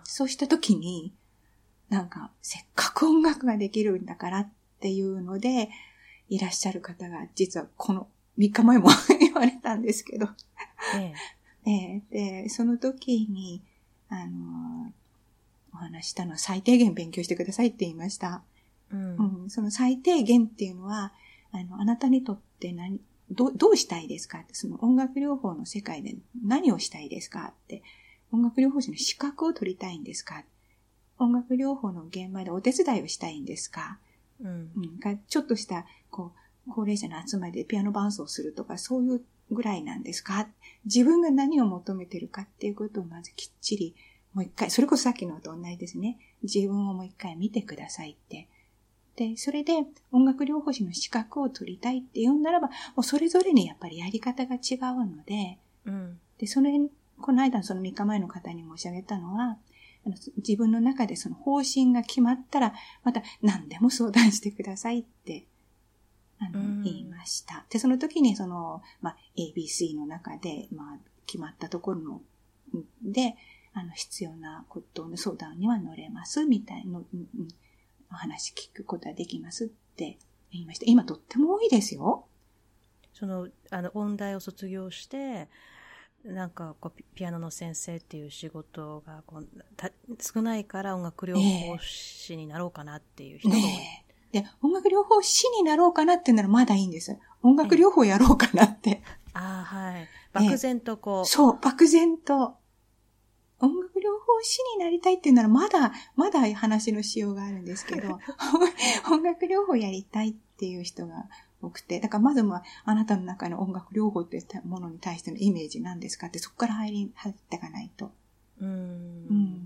そうした時に、なんか、せっかく音楽ができるんだからっていうので、いらっしゃる方が、実はこのみっかまえも言われたんですけど。ええええ、で、その時に、あの、お話したのは最低限勉強してくださいって言いました。うん、うん、その最低限っていうのは、あの、あなたにとって何、ど, どうしたいですかって、その音楽療法の世界で何をしたいですかって、音楽療法士の資格を取りたいんですか、音楽療法の現場でお手伝いをしたいんですか、うんうん、ちょっとしたこう高齢者の集まりでピアノ伴奏するとかそういうぐらいなんですか、自分が何を求めてるかっていうことをまずきっちりもう一回、それこそさっきのと同じですね、自分をもう一回見てくださいって。で、それで音楽療法士の資格を取りたいって言うならば、もうそれぞれにやっぱりやり方が違うので、うん、で、その辺、この間そのみっかまえの方に申し上げたのは、あの自分の中でその方針が決まったら、また何でも相談してくださいって、あの、うん、言いました。で、その時にその、まあ、エービーシー の中で、まあ、決まったところの、で、あの、必要なことの相談には乗れます、みたいな、うん、お話聞くことができますって言いました。今とっても多いですよ。 その、あの、音大を卒業して、なんかこう、ピアノの先生っていう仕事がこうた少ないから音楽療法士になろうかなっていう人が多い。ねえ、で、音楽療法士になろうかなってならまだいいんです。音楽療法やろうかなって。 ああ、はい。漠然とこう。 そう、漠然と。音楽療法士になりたいっていうならまだ、まだ話のしようがあるんですけど、音楽療法やりたいっていう人が多くて、だからまずはあなたの中の音楽療法っていったものに対してのイメージなんですかって、そこから入り、入っていかないと。うーん、うん。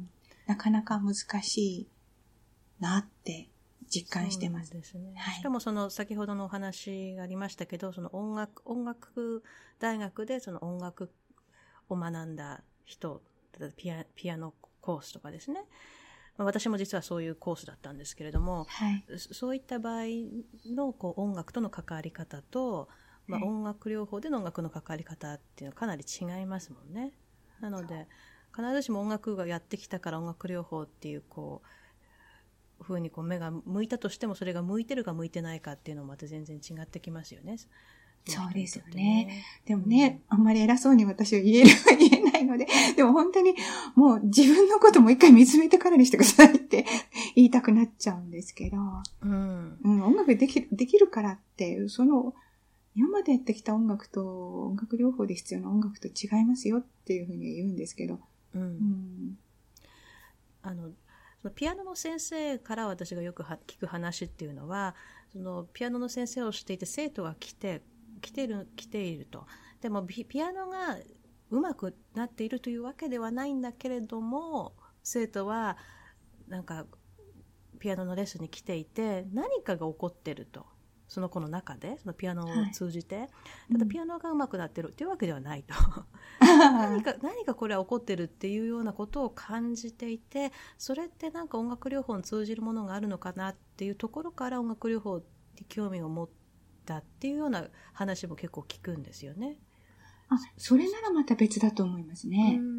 なかなか難しいなって実感してます。 そうですね。はい、しかもその先ほどのお話がありましたけど、その音楽、音楽大学でその音楽を学んだ人、ピア、ピアノコースとかですね。私も実はそういうコースだったんですけれども、はい、そういった場合のこう音楽との関わり方と、まあ、音楽療法での音楽の関わり方っていうのはかなり違いますもんね。なので必ずしも音楽がやってきたから音楽療法っていうこう風にこう目が向いたとしても、それが向いてるか向いてないかっていうのもまた全然違ってきますよね。 そうですよね。でもね、うん、あんまり偉そうに私は言える、言えないので、でも本当にもう自分のことも一回見つめてからにしてくださいって言いたくなっちゃうんですけど、うん、うん、音楽できる、できるからって、その、今までやってきた音楽と音楽療法で必要な音楽と違いますよっていうふうに言うんですけど、うんうん、 あの、そのピアノの先生から私がよく聞く話っていうのは、そのピアノの先生をしていて生徒が来て、来てる、来ていると。でもピアノが上手くなっているというわけではないんだけれども、生徒はなんかピアノのレッスンに来ていて何かが起こってると。その子の中で、そのピアノを通じて、はい、ただピアノが上手くなってるっていうわけではないと。何か、何かこれは起こってるっていうようなことを感じていて、それってなんか音楽療法に通じるものがあるのかなっていうところから音楽療法に興味を持ってだっていうような話も結構聞くんですよね。 あ、それならまた別だと思いますね。うん、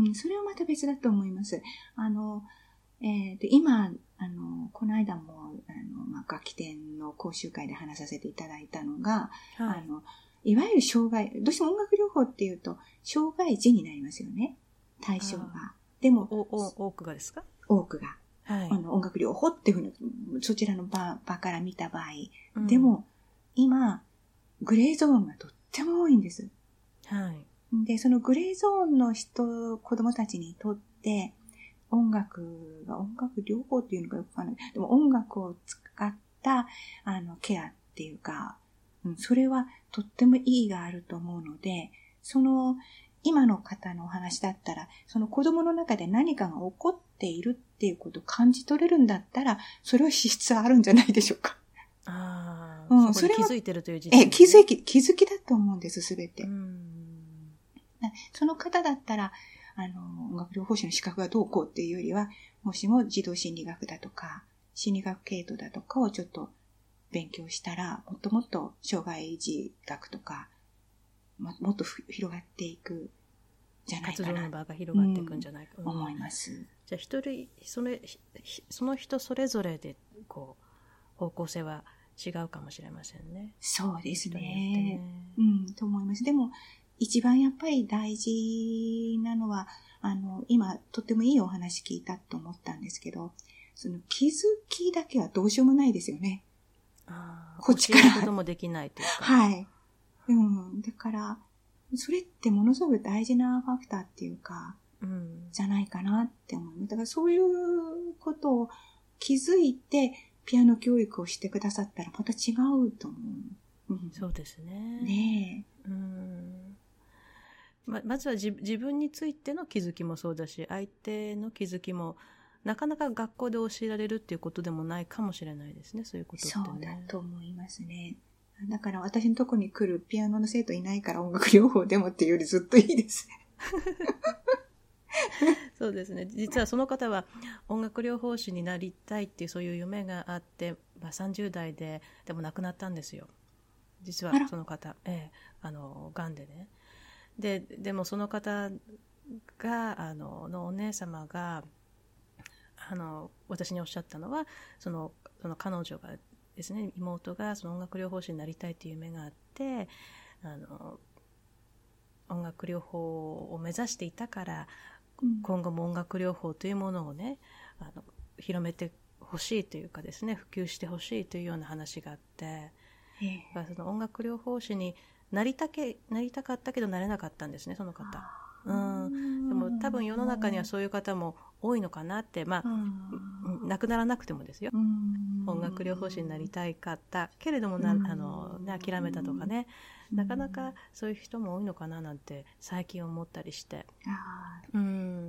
うん、それはまた別だと思います。あの、えー、と今あのこの間もあの、まあ、楽器店の講習会で話させていただいたのが、はい、あのいわゆる障害、どうしても音楽療法っていうと障害児になりますよね、対象が。でもおお多くがですか？ 多くが、はい、あの音楽療法っていうふうにそちらの 場, 場から見た場合、うん、でも今グレーゾーンがとっても多いんです。はい。で、そのグレーゾーンの人、子供たちにとって音楽が、音楽療法っていうのかよくわかんない。でも音楽を使ったあのケアっていうか、うん、それはとっても意義があると思うので、その今の方のお話だったら、その子供の中で何かが起こっているっていうことを感じ取れるんだったら、それは資質あるんじゃないでしょうか。 ああ、うん、それ気づいてるという事実、 ね、え、気づき、気づきだと思うんです、すべて。うん、その方だったら、あの、音楽療法士の資格がどうこうっていうよりは、もしも児童心理学だとか、心理学系統だとかをちょっと勉強したら、もっともっと障害児学とか、も, もっと広がっていくじゃないかな。 活動の場が広がっていくんじゃないか、 うん、思います。 じゃあ一人それその人それぞれでこう方向性は違うかもしれませんね。 そうですね。 ねうん、と思います。でも、一番やっぱり大事なのは、あの、今、とってもいいお話聞いたと思ったんですけど、その気づきだけはどうしようもないですよね。 ああ、 こっちから。 教えることもできないというか。 はい。うん。だから、それってものすごく大事なファクターっていうか、 うん、 じゃないかなって思います。だからそういうことを気づいて、ピアノ教育をしてくださったらまた違うと思う。うん、 そうですね。 ねえ。うん。ま, まずは 自, 自分についての気づきもそうだし、相手の気づきもなかなか学校で教えられるっていうことでもないかもしれないですね、そういうことってね。 そうだと思いますね。だから私のとこに来るピアノの生徒いないから音楽療法でもっていうよりずっといいですね。 そうですね。実はその方は音楽療法士になりたいっていうそういう夢があって、まあ、さんじゅう代ででも亡くなったんですよ。実はその方、ええ、あの癌でね。ででもその方があののお姉様があの私におっしゃったのは、そのその彼女がですね、妹がその音楽療法士になりたいという夢があって、あの音楽療法を目指していたから、うん、今後も音楽療法というものをね、あの広めてほしいというかですね、普及してほしいというような話があって、その音楽療法士になりたけなりたかったけどなれなかったんですね、その方。うん、でも多分世の中にはそういう方も多いのかなって、まあ、亡くならなくてもですよ、音楽療法士になりたかったけれどもなあの、ね、諦めたとかね、なかなかそういう人も多いのかななんて最近思ったりして。 あ、 うん、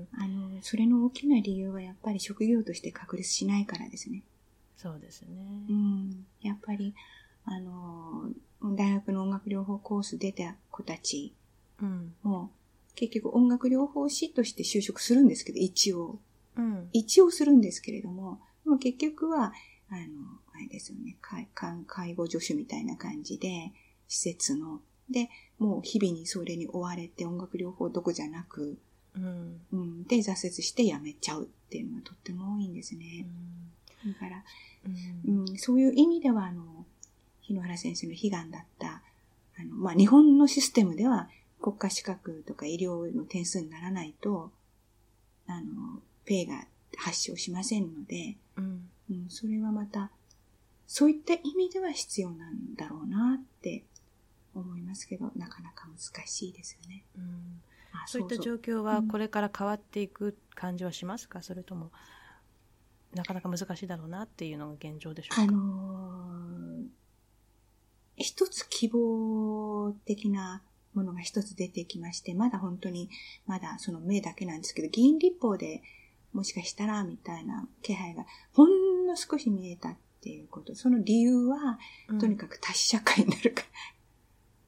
あのそれの大きな理由はやっぱり職業として確立しないからですね。 そうですね、 うん、やっぱりあの大学の音楽療法コース出た子たちも、うん、結局音楽療法士として就職するんですけど、一応、うん、一応するんですけれども、でも結局はあのあれですよね、介、介護助手みたいな感じで施設のでもう日々にそれに追われて音楽療法どこじゃなく、うんうん、で挫折して辞めちゃうっていうのがとっても多いんですね。うん、だから、うんうん、そういう意味ではあの日野原先生の悲願だったあの、まあ、日本のシステムでは国家資格とか医療の点数にならないとあのペイが発症しませんので、うんうん、それはまたそういった意味では必要なんだろうなって思いますけど、なかなか難しいですよね。うん、 あ、そういった状況はこれから変わっていく感じはしますか、うん、それともなかなか難しいだろうなっていうのが現状でしょうか。あのー、 一つ希望的なものが一つ出てきまして、まだ本当にまだその目だけなんですけど、議員立法でもしかしたらみたいな気配がほんの少し見えたっていうこと。その理由は、うん、とにかく多子社会になるから、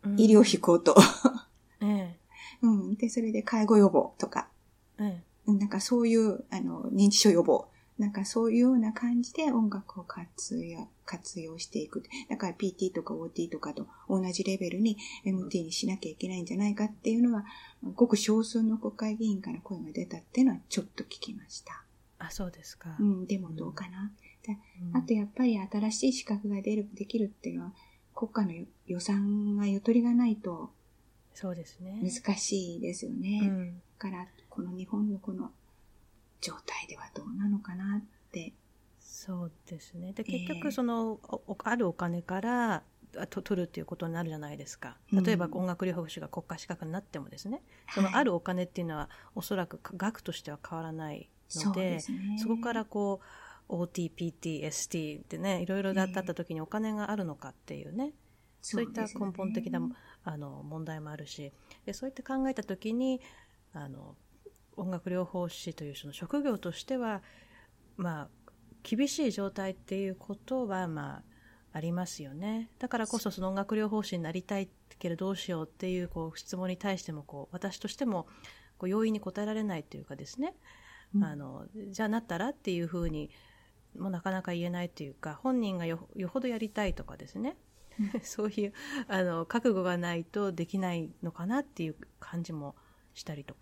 うん、医療費高騰、ええうん、でそれで介護予防とか、ええ、なんかそういうあの認知症予防、なんかそういうような感じで音楽を活用、活用していく。だから ピーティー とか オーティー とかと同じレベルに エムティー にしなきゃいけないんじゃないかっていうのは、ごく少数の国会議員から声が出たっていうのはちょっと聞きました。 あ、そうですか。 うん、でもどうかな。うん、あとやっぱり新しい資格が出る、できるっていうのは国家の予算がゆとりがないとそうですね。 難しいですよね。 うん、 だからこの日本のこの状態ではどうなのかなって。 そうですね。で結局その、えー、あるお金からと取るっていうことになるじゃないですか。例えば音楽療法士が国家資格になってもですね、うん、そのあるお金っていうのはおそらく額としては変わらないの で, そうですね、そこからこう オーティー、ピーティー、エスティー ってね、いろいろだった時にお金があるのかっていうね、えー、そういった根本的な、ね、あの問題もあるし、でそういって考えた時にあの音楽療法士というその職業としては、まあ、厳しい状態っていうことは、まあ、ありますよね。だからこそその音楽療法士になりたいけどどうしようっていう、こう質問に対してもこう私としてもこう容易に答えられないというかですね、うん、あのじゃあなったらっていうふうにもなかなか言えないというか、本人が よ, よほどやりたいとかですね、うん、そういうあの覚悟がないとできないのかなっていう感じもしたりとか。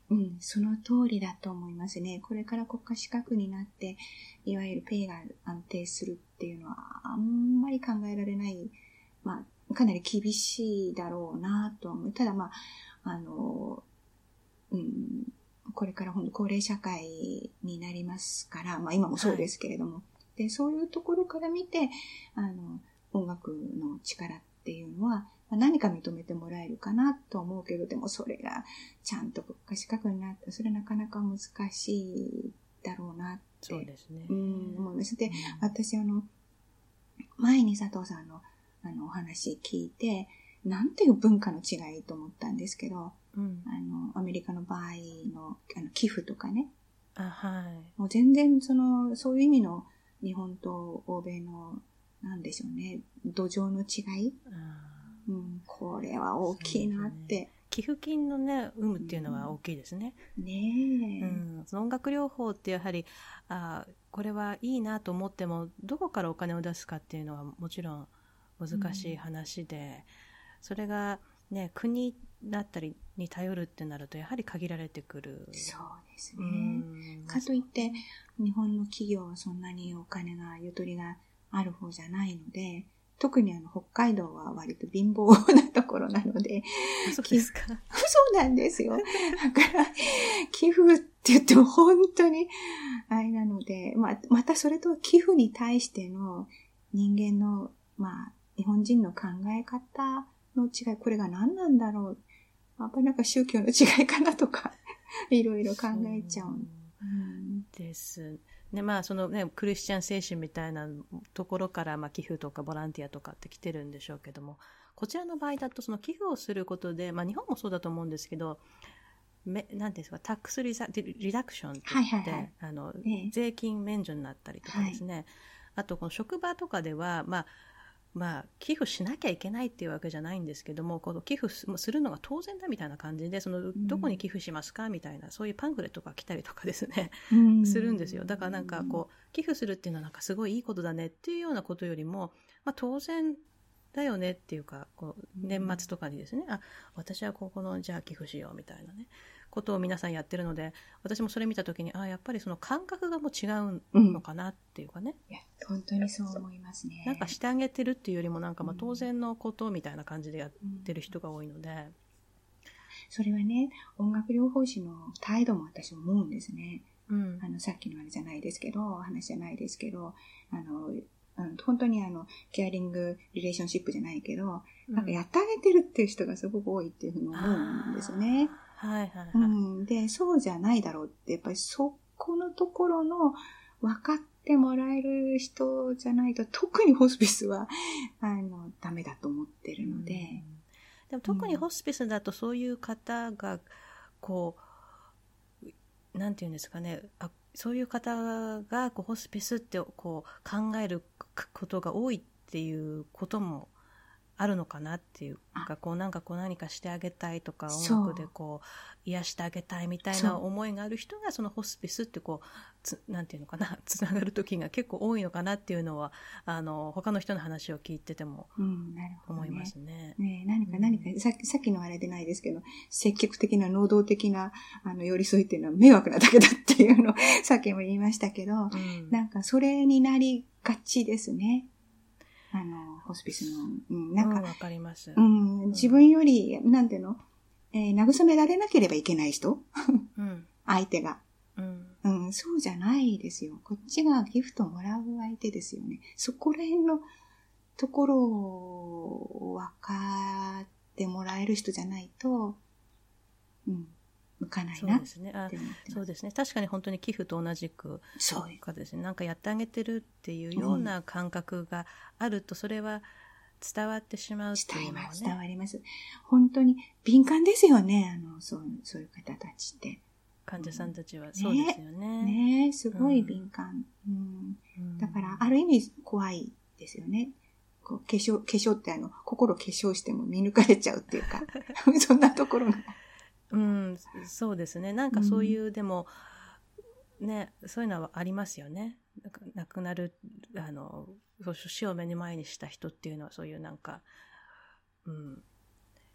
うん、その通りだと思いますね。これから国家資格になって、いわゆるペイが安定するっていうのは、あんまり考えられない、まあ、かなり厳しいだろうなと思う。ただまあ、あの、うん、これから本当高齢社会になりますから、まあ今もそうですけれども、はい、で、そういうところから見て、あの、音楽の力っていうのは、何か認めてもらえるかなと思うけど、でもそれがちゃんと国家資格になって、それなかなか難しいだろうなって、 そうですね、 うん、思います。で、うん、私あの、前に佐藤さんのあのお話聞いて、なんていう文化の違いと思ったんですけど、うん、あの、アメリカの場合の、あの寄付とかね。 あ、はい。 もう全然その、そういう意味の日本と欧米の、なんでしょうね、土壌の違い。うん、これは大きいなって、ね。 寄付金のね、有無っていうのは大きいですね。 うん、ねえ。 うん、その音楽療法ってやはり、あ、これはいいなと思っても、どこからお金を出すかっていうのはもちろん難しい話で、うん、それがね、国だったりに頼るってなるとやはり限られてくる。 そうですね。うん、かといって日本の企業はそんなにお金がゆとりがある方じゃないので、特にあの北海道は割と貧乏なところなので。 そうですか。 そうなんですよ。だから寄付って言っても本当にあれなので、まあ、またそれと寄付に対しての人間の、まあ、日本人の考え方の違い、これが何なんだろう。やっぱりなんか宗教の違いかなとか、いろいろ考えちゃう。 うんですね。まあそのね、クリスチャン精神みたいなところから、まあ寄付とかボランティアとかって来てるんでしょうけども、こちらの場合だとその寄付をすることで、まあ日本もそうだと思うんですけど、めなんですか、タックスリザリダクションって言って、はいはいはい、あの、ええ、税金免除になったりとかですね。はい、あとこの職場とかでは、まあまあ、寄付しなきゃいけないっていうわけじゃないんですけども、この寄付するのが当然だみたいな感じで、そのどこに寄付しますかみたいな、そういうパンフレットが来たりとかですね、うん、するんですよ。だからなんかこう寄付するっていうのはなんかすごいいいことだねっていうようなことよりも、まあ、当然だよねっていうか、こう年末とかにですね、あ、私はここのじゃあ寄付しようみたいなねことを皆さんやってるので、私もそれ見たときに、あ、やっぱりその感覚がもう違うのかなっていうかね、 うん、いや本当にそう思いますね。 なんかしてあげてるっていうよりもなんかまあ当然のことみたいな感じでやってる人が多いので、うん、 それはね、音楽療法士の態度も私思うんですね。うん、あのさっきのあれじゃないですけど、話じゃないですけど、あの本当にあのケアリングリレーションシップじゃないけど、うん、なんかやってあげてるっていう人がすごく多いっていうふうに思うんですね。 はいはいはい。 うん、で、そうじゃないだろうって、やっぱりそこのところの分かってもらえる人じゃないと、特にホスピスはあのダメだと思ってるので、うん、 でも特にホスピスだとそういう方がこうなんていうんですかね、あ、そういう方がこうホスピスってこう考えることが多いっていうこともあるのかなっていうか、こうなんかこう何かしてあげたいとか、音楽でこう癒してあげたいみたいな思いがある人がそのホスピスってこうつなんていうのかな、つながる時が結構多いのかなっていうのは、あの他の人の話を聞いてても思いますね。 うん、ね、ね、何か何か、うん、さっきさっきのあれでないですけど、積極的な能動的なあの寄り添いっていうのは迷惑なだけだっていうのをさっきも言いましたけど、うん、なんかそれになりがちですね。あの、ホスピスの、うん、なんか、 わかります。 うん、自分より、なんていうの、えー、慰められなければいけない人、うん、相手が、うんうん、そうじゃないですよ。こっちがギフトをもらう相手ですよね。そこら辺のところを分かってもらえる人じゃないと、うん、向かないな。 そうですね。あ、そうですね。確かに本当に寄付と同じく、 そうかですね。なんかやってあげてるっていうような感覚があると、それは伝わってしまうっていうのはね。 伝わります。本当に敏感ですよね。あの、そう、そういう方たちって。 患者さんたちはそうですよね。 ね、ね、すごい敏感、うんうん。だから、ある意味怖いですよね。こう化粧、化粧ってあの、心化粧しても見抜かれちゃうっていうか、そんなところが。 うん、そうですね。なんかそういう、うん、でも、ね、そういうのはありますよね。亡くなる、あの、死を目の前にした人っていうのはそういうなんか、うん、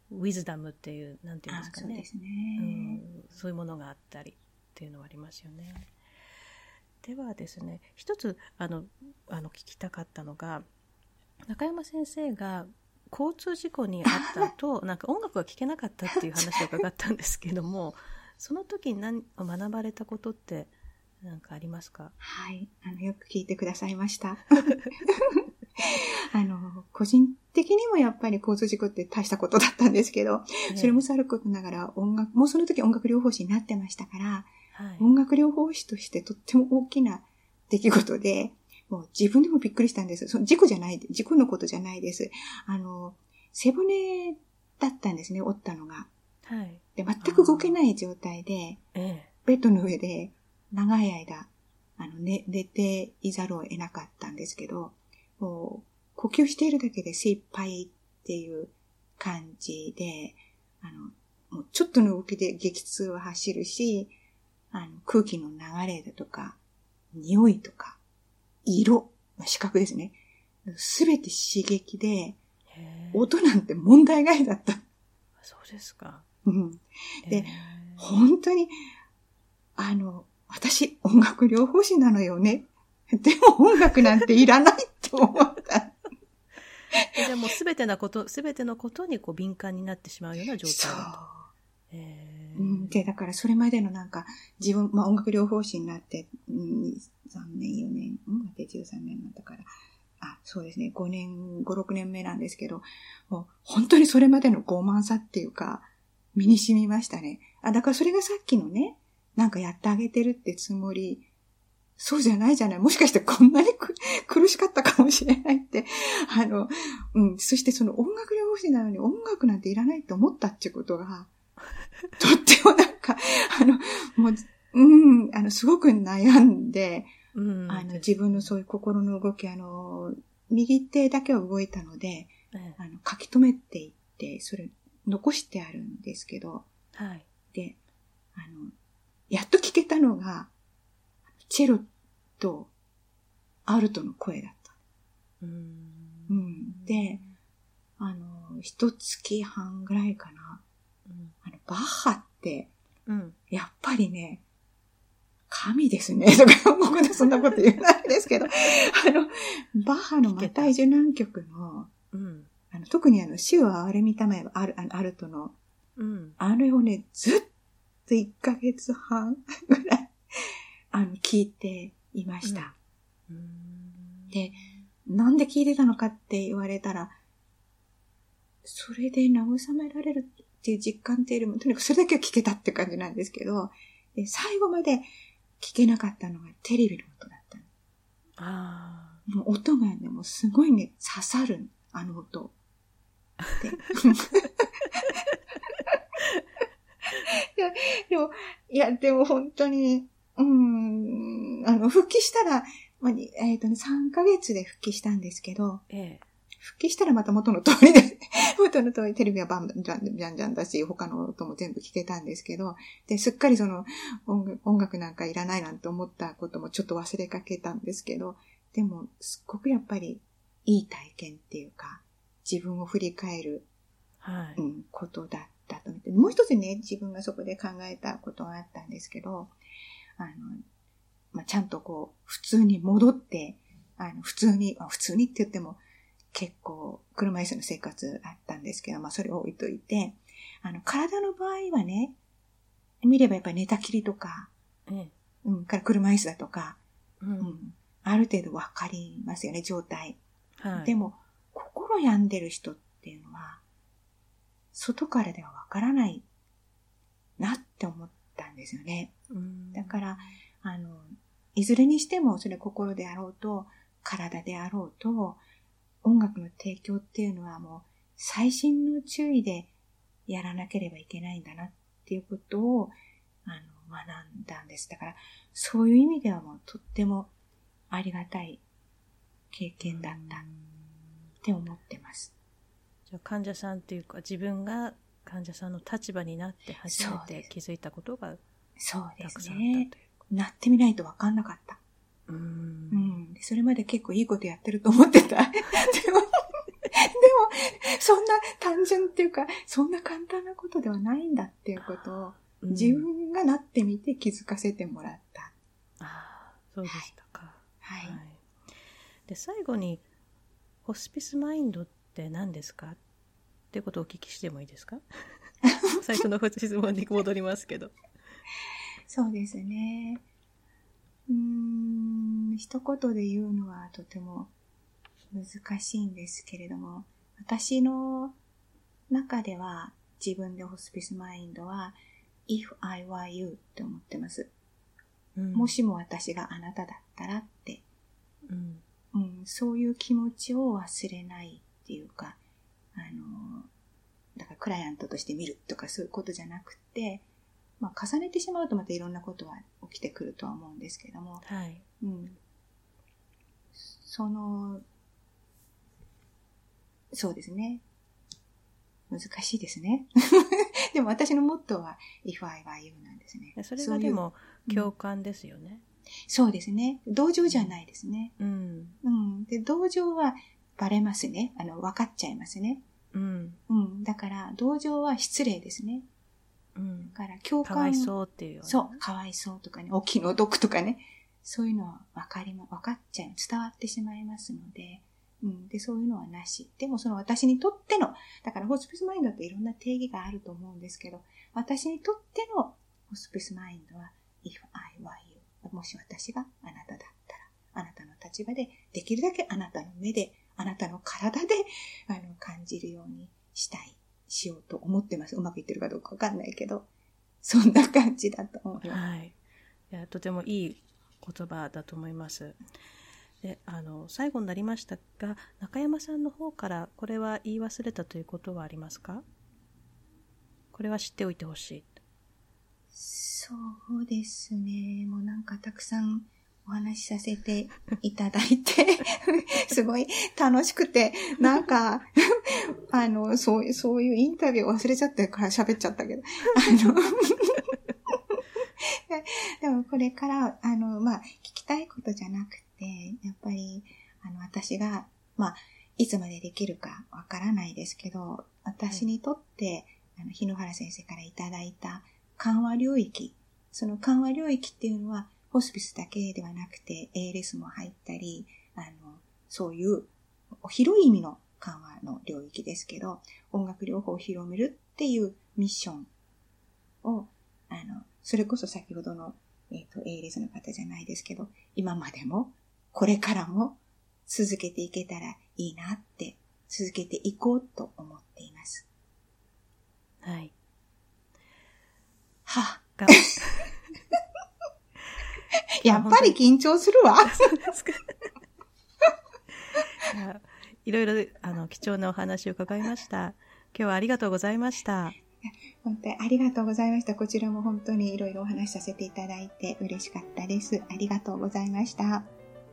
ウィズダムっていう、なんていうんですかね。 そうですね、 うん。そういうものがあったりっていうのはありますよね。ではですね、一つあのあの聞きたかったのが、中山先生が交通事故に遭った後なんか音楽が聴けなかったっていう話を伺ったんですけども、その時に何学ばれたことって何かありますか？ はい、あのよく聞いてくださいました。あの個人的にもやっぱり交通事故って大したことだったんですけど、えー、それもさることながら音楽、もうその時音楽療法士になってましたから、はい、音楽療法士としてとっても大きな出来事で、もう自分でもびっくりしたんです。その事故じゃない、事故のことじゃないです。あの、背骨だったんですね、折ったのが。はい。で、全く動けない状態で、ええ、ベッドの上で長い間、あの、寝、寝ていざるを得なかったんですけど、もう、呼吸しているだけで精一杯っていう感じで、あの、もうちょっとの動きで激痛は走るし、あの、空気の流れだとか、匂いとか、色、視覚ですね。すべて刺激で、音なんて問題外だった。 そうですか。 うん。で、本当に、あの、私音楽療法士なのよね。でも音楽なんていらないって思った。 じゃあもうすべてのこと、すべてのことにこう敏感になってしまうような状態だと。 そう。うん、で、だからそれまでのなんか、自分、まあ音楽療法士になって、に、さんねん、よねん、うん、じゅうさんねんだったから、あ、そうですね、ごねん、ご、ろくねんめなんですけど、もう本当にそれまでの傲慢さっていうか、身に染みましたね。あ、だからそれがさっきのね、なんかやってあげてるってつもり、そうじゃないじゃない。もしかしてこんなに苦しかったかもしれないって。あの、うん。そしてその音楽療法士なのに音楽なんていらないと思ったっていうことが、とってもなんか、あの、もう、うん、あの、すごく悩んで、うん、あの、自分のそういう心の動き、あの、右手だけは動いたので、うん、あの、書き留めていって、それ、残してあるんですけど、はい。で、あの、やっと聞けたのが、チェロとアルトの声だった。うーん、うん、で、あの、一月半ぐらいかな。うん、あのバッハって、うん、やっぱりね、神ですね。とか、僕でそんなこと言えないですけど、あの、バッハのマタイ受難曲の、うん、あの特にあの、主は憐れみたまえアル、アルトの、うん、あれをね、ずっといっかげつはんぐらい、あの、聞いていました。うん、で、なんで聞いてたのかって言われたら、それで慰められるっていう実感っていうよりも、とにかくそれだけは聞けたって感じなんですけど、で最後まで聞けなかったのがテレビの音だった。ああ。もう音がね、もうすごいね、刺さる、あの音。でいや、でも、いや、でも本当に、うーん、あの、復帰したら、まあ、えっとね、さんかげつで復帰したんですけど、ええ、復帰したらまた元の通りで、元の通りテレビはバンじゃんじゃんじゃんだし、他の音も全部聞けたんですけど、で、すっかりその音、音楽なんかいらないなんて思ったこともちょっと忘れかけたんですけど、でも、すっごくやっぱりいい体験っていうか、自分を振り返る、はい、うん、ことだったと思って、もう一つね、自分がそこで考えたことがあったんですけど、あの、まあ、ちゃんとこう、普通に戻って、あの、普通に、普通にって言っても、結構、車椅子の生活あったんですけど、まあ、それを置いといて、あの、体の場合はね、見ればやっぱり寝たきりとか、うん、うん、から車椅子だとか、うんうん、ある程度わかりますよね、状態。はい、でも、心病んでる人っていうのは、外からではわからないなって思ったんですよね。うん、だから、あの、いずれにしても、それ心であろうと、体であろうと、音楽の提供っていうのはもう、細心の注意でやらなければいけないんだなっていうことを、あの、学んだんです。だから、そういう意味ではもう、とってもありがたい経験だったって思ってます。 じゃあ患者さんっていうか、自分が患者さんの立場になって初めて気づいたことがそうですね。なってみないと分かんなかった。うーん、うん。それまで結構いいことやってると思ってた。でもそんな単純っていうか、そんな簡単なことではないんだっていうことを、自分がなってみて気づかせてもらった。 うん、ああ、そうでしたか。 はい。はい、 で、最後に、ホスピスマインドって何ですかっていうことをお聞きしてもいいですか？最初の質問に戻りますけど。 そうですね。うーん、一言で言うのはとても難しいんですけれども、私の中では自分でホスピスマインドは If I were you って思ってます、うん、もしも私があなただったらって、うんうん、そういう気持ちを忘れないっていうか、あのだからクライアントとして見るとかそういうことじゃなくて、まあ、重ねてしまうとまたいろんなことは起きてくるとは思うんですけども、はいうん、そのそうですね。難しいですね。でも私のモットーは If I were you なんですね。 それがでも共感ですよね。 そうですね。同情じゃないですね。うんうん、で同情はバレますね。あの分かっちゃいますね。うんうん、だから同情は失礼ですね。うん、だから共感。かわいそうっていうような。そう、かわいそうとかね、お気の毒とかね、そういうのは分かりま、分かっちゃう、伝わってしまいますので、うん、でそういうのはなし。でもその私にとっての、だからホスピスマインドっていろんな定義があると思うんですけど、私にとってのホスピスマインドは If I were you、 もし私があなただったら、あなたの立場でできるだけあなたの目で、あなたの体であの感じるようにしたい、しようと思ってます。うまくいってるかどうかわかんないけど、そんな感じだと思います。はい。 いや、とてもいい言葉だと思います。で、あの最後になりましたが、中山さんの方からこれは言い忘れたということはありますか？これは知っておいてほしい。 そうですね。もうなんかたくさんお話しさせていただいてすごい楽しくて、なんかあのそういうそういうインタビュー忘れちゃってから喋っちゃったけど、あのでもこれからあのまあ聞きたいことじゃなくて、やっぱりあの私がまあいつまでできるかわからないですけど、私にとって、うん、あの日野原先生からいただいた緩和領域、その緩和領域っていうのはホスピスだけではなくて エーエルエス も入ったり、あのそういう広い意味の緩和の領域ですけど、音楽療法を広めるっていうミッションをあのそれこそ先ほどの、えーと、エーエルエス の方じゃないですけど、今までもこれからも続けていけたらいいなって、続けていこうと思っています。 はい。 はぁ。やっぱり緊張するわ。そうですか。 いろいろあの貴重なお話を伺いました。今日はありがとうございました。 本当にありがとうございました。こちらも本当にいろいろお話しさせていただいて嬉しかったです。ありがとうございました。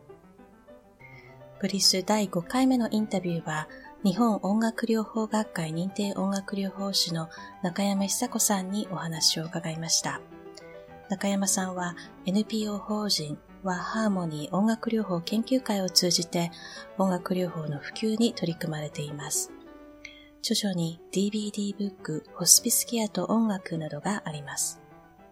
ブリスだいごかいめのインタビューは、日本音楽療法学会認定音楽療法士の中山久子さんにお話を伺いました。中山さんは エヌピーオー 法人和ハーモニー音楽療法研究会を通じて音楽療法の普及に取り組まれています。著書に ディーブイディー ブック、ホスピスケアと音楽などがあります。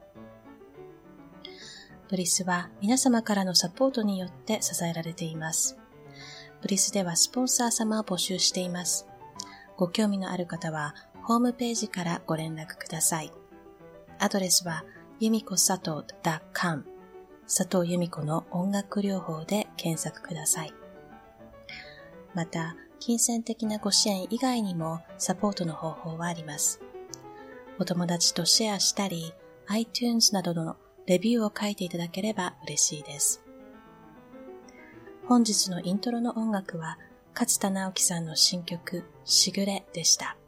ブリスは皆様からのサポートによって支えられています。ブリスではスポンサー様を募集しています。ご興味のある方はホームページからご連絡ください。アドレスは由美子佐藤 ドットコム、 佐藤由美子の音楽療法で検索ください。また、金銭的なご支援以外にもサポートの方法はあります。お友達とシェアしたり、iTunes などのレビューを書いていただければ嬉しいです。本日のイントロの音楽は勝田直樹さんの新曲しぐれでした。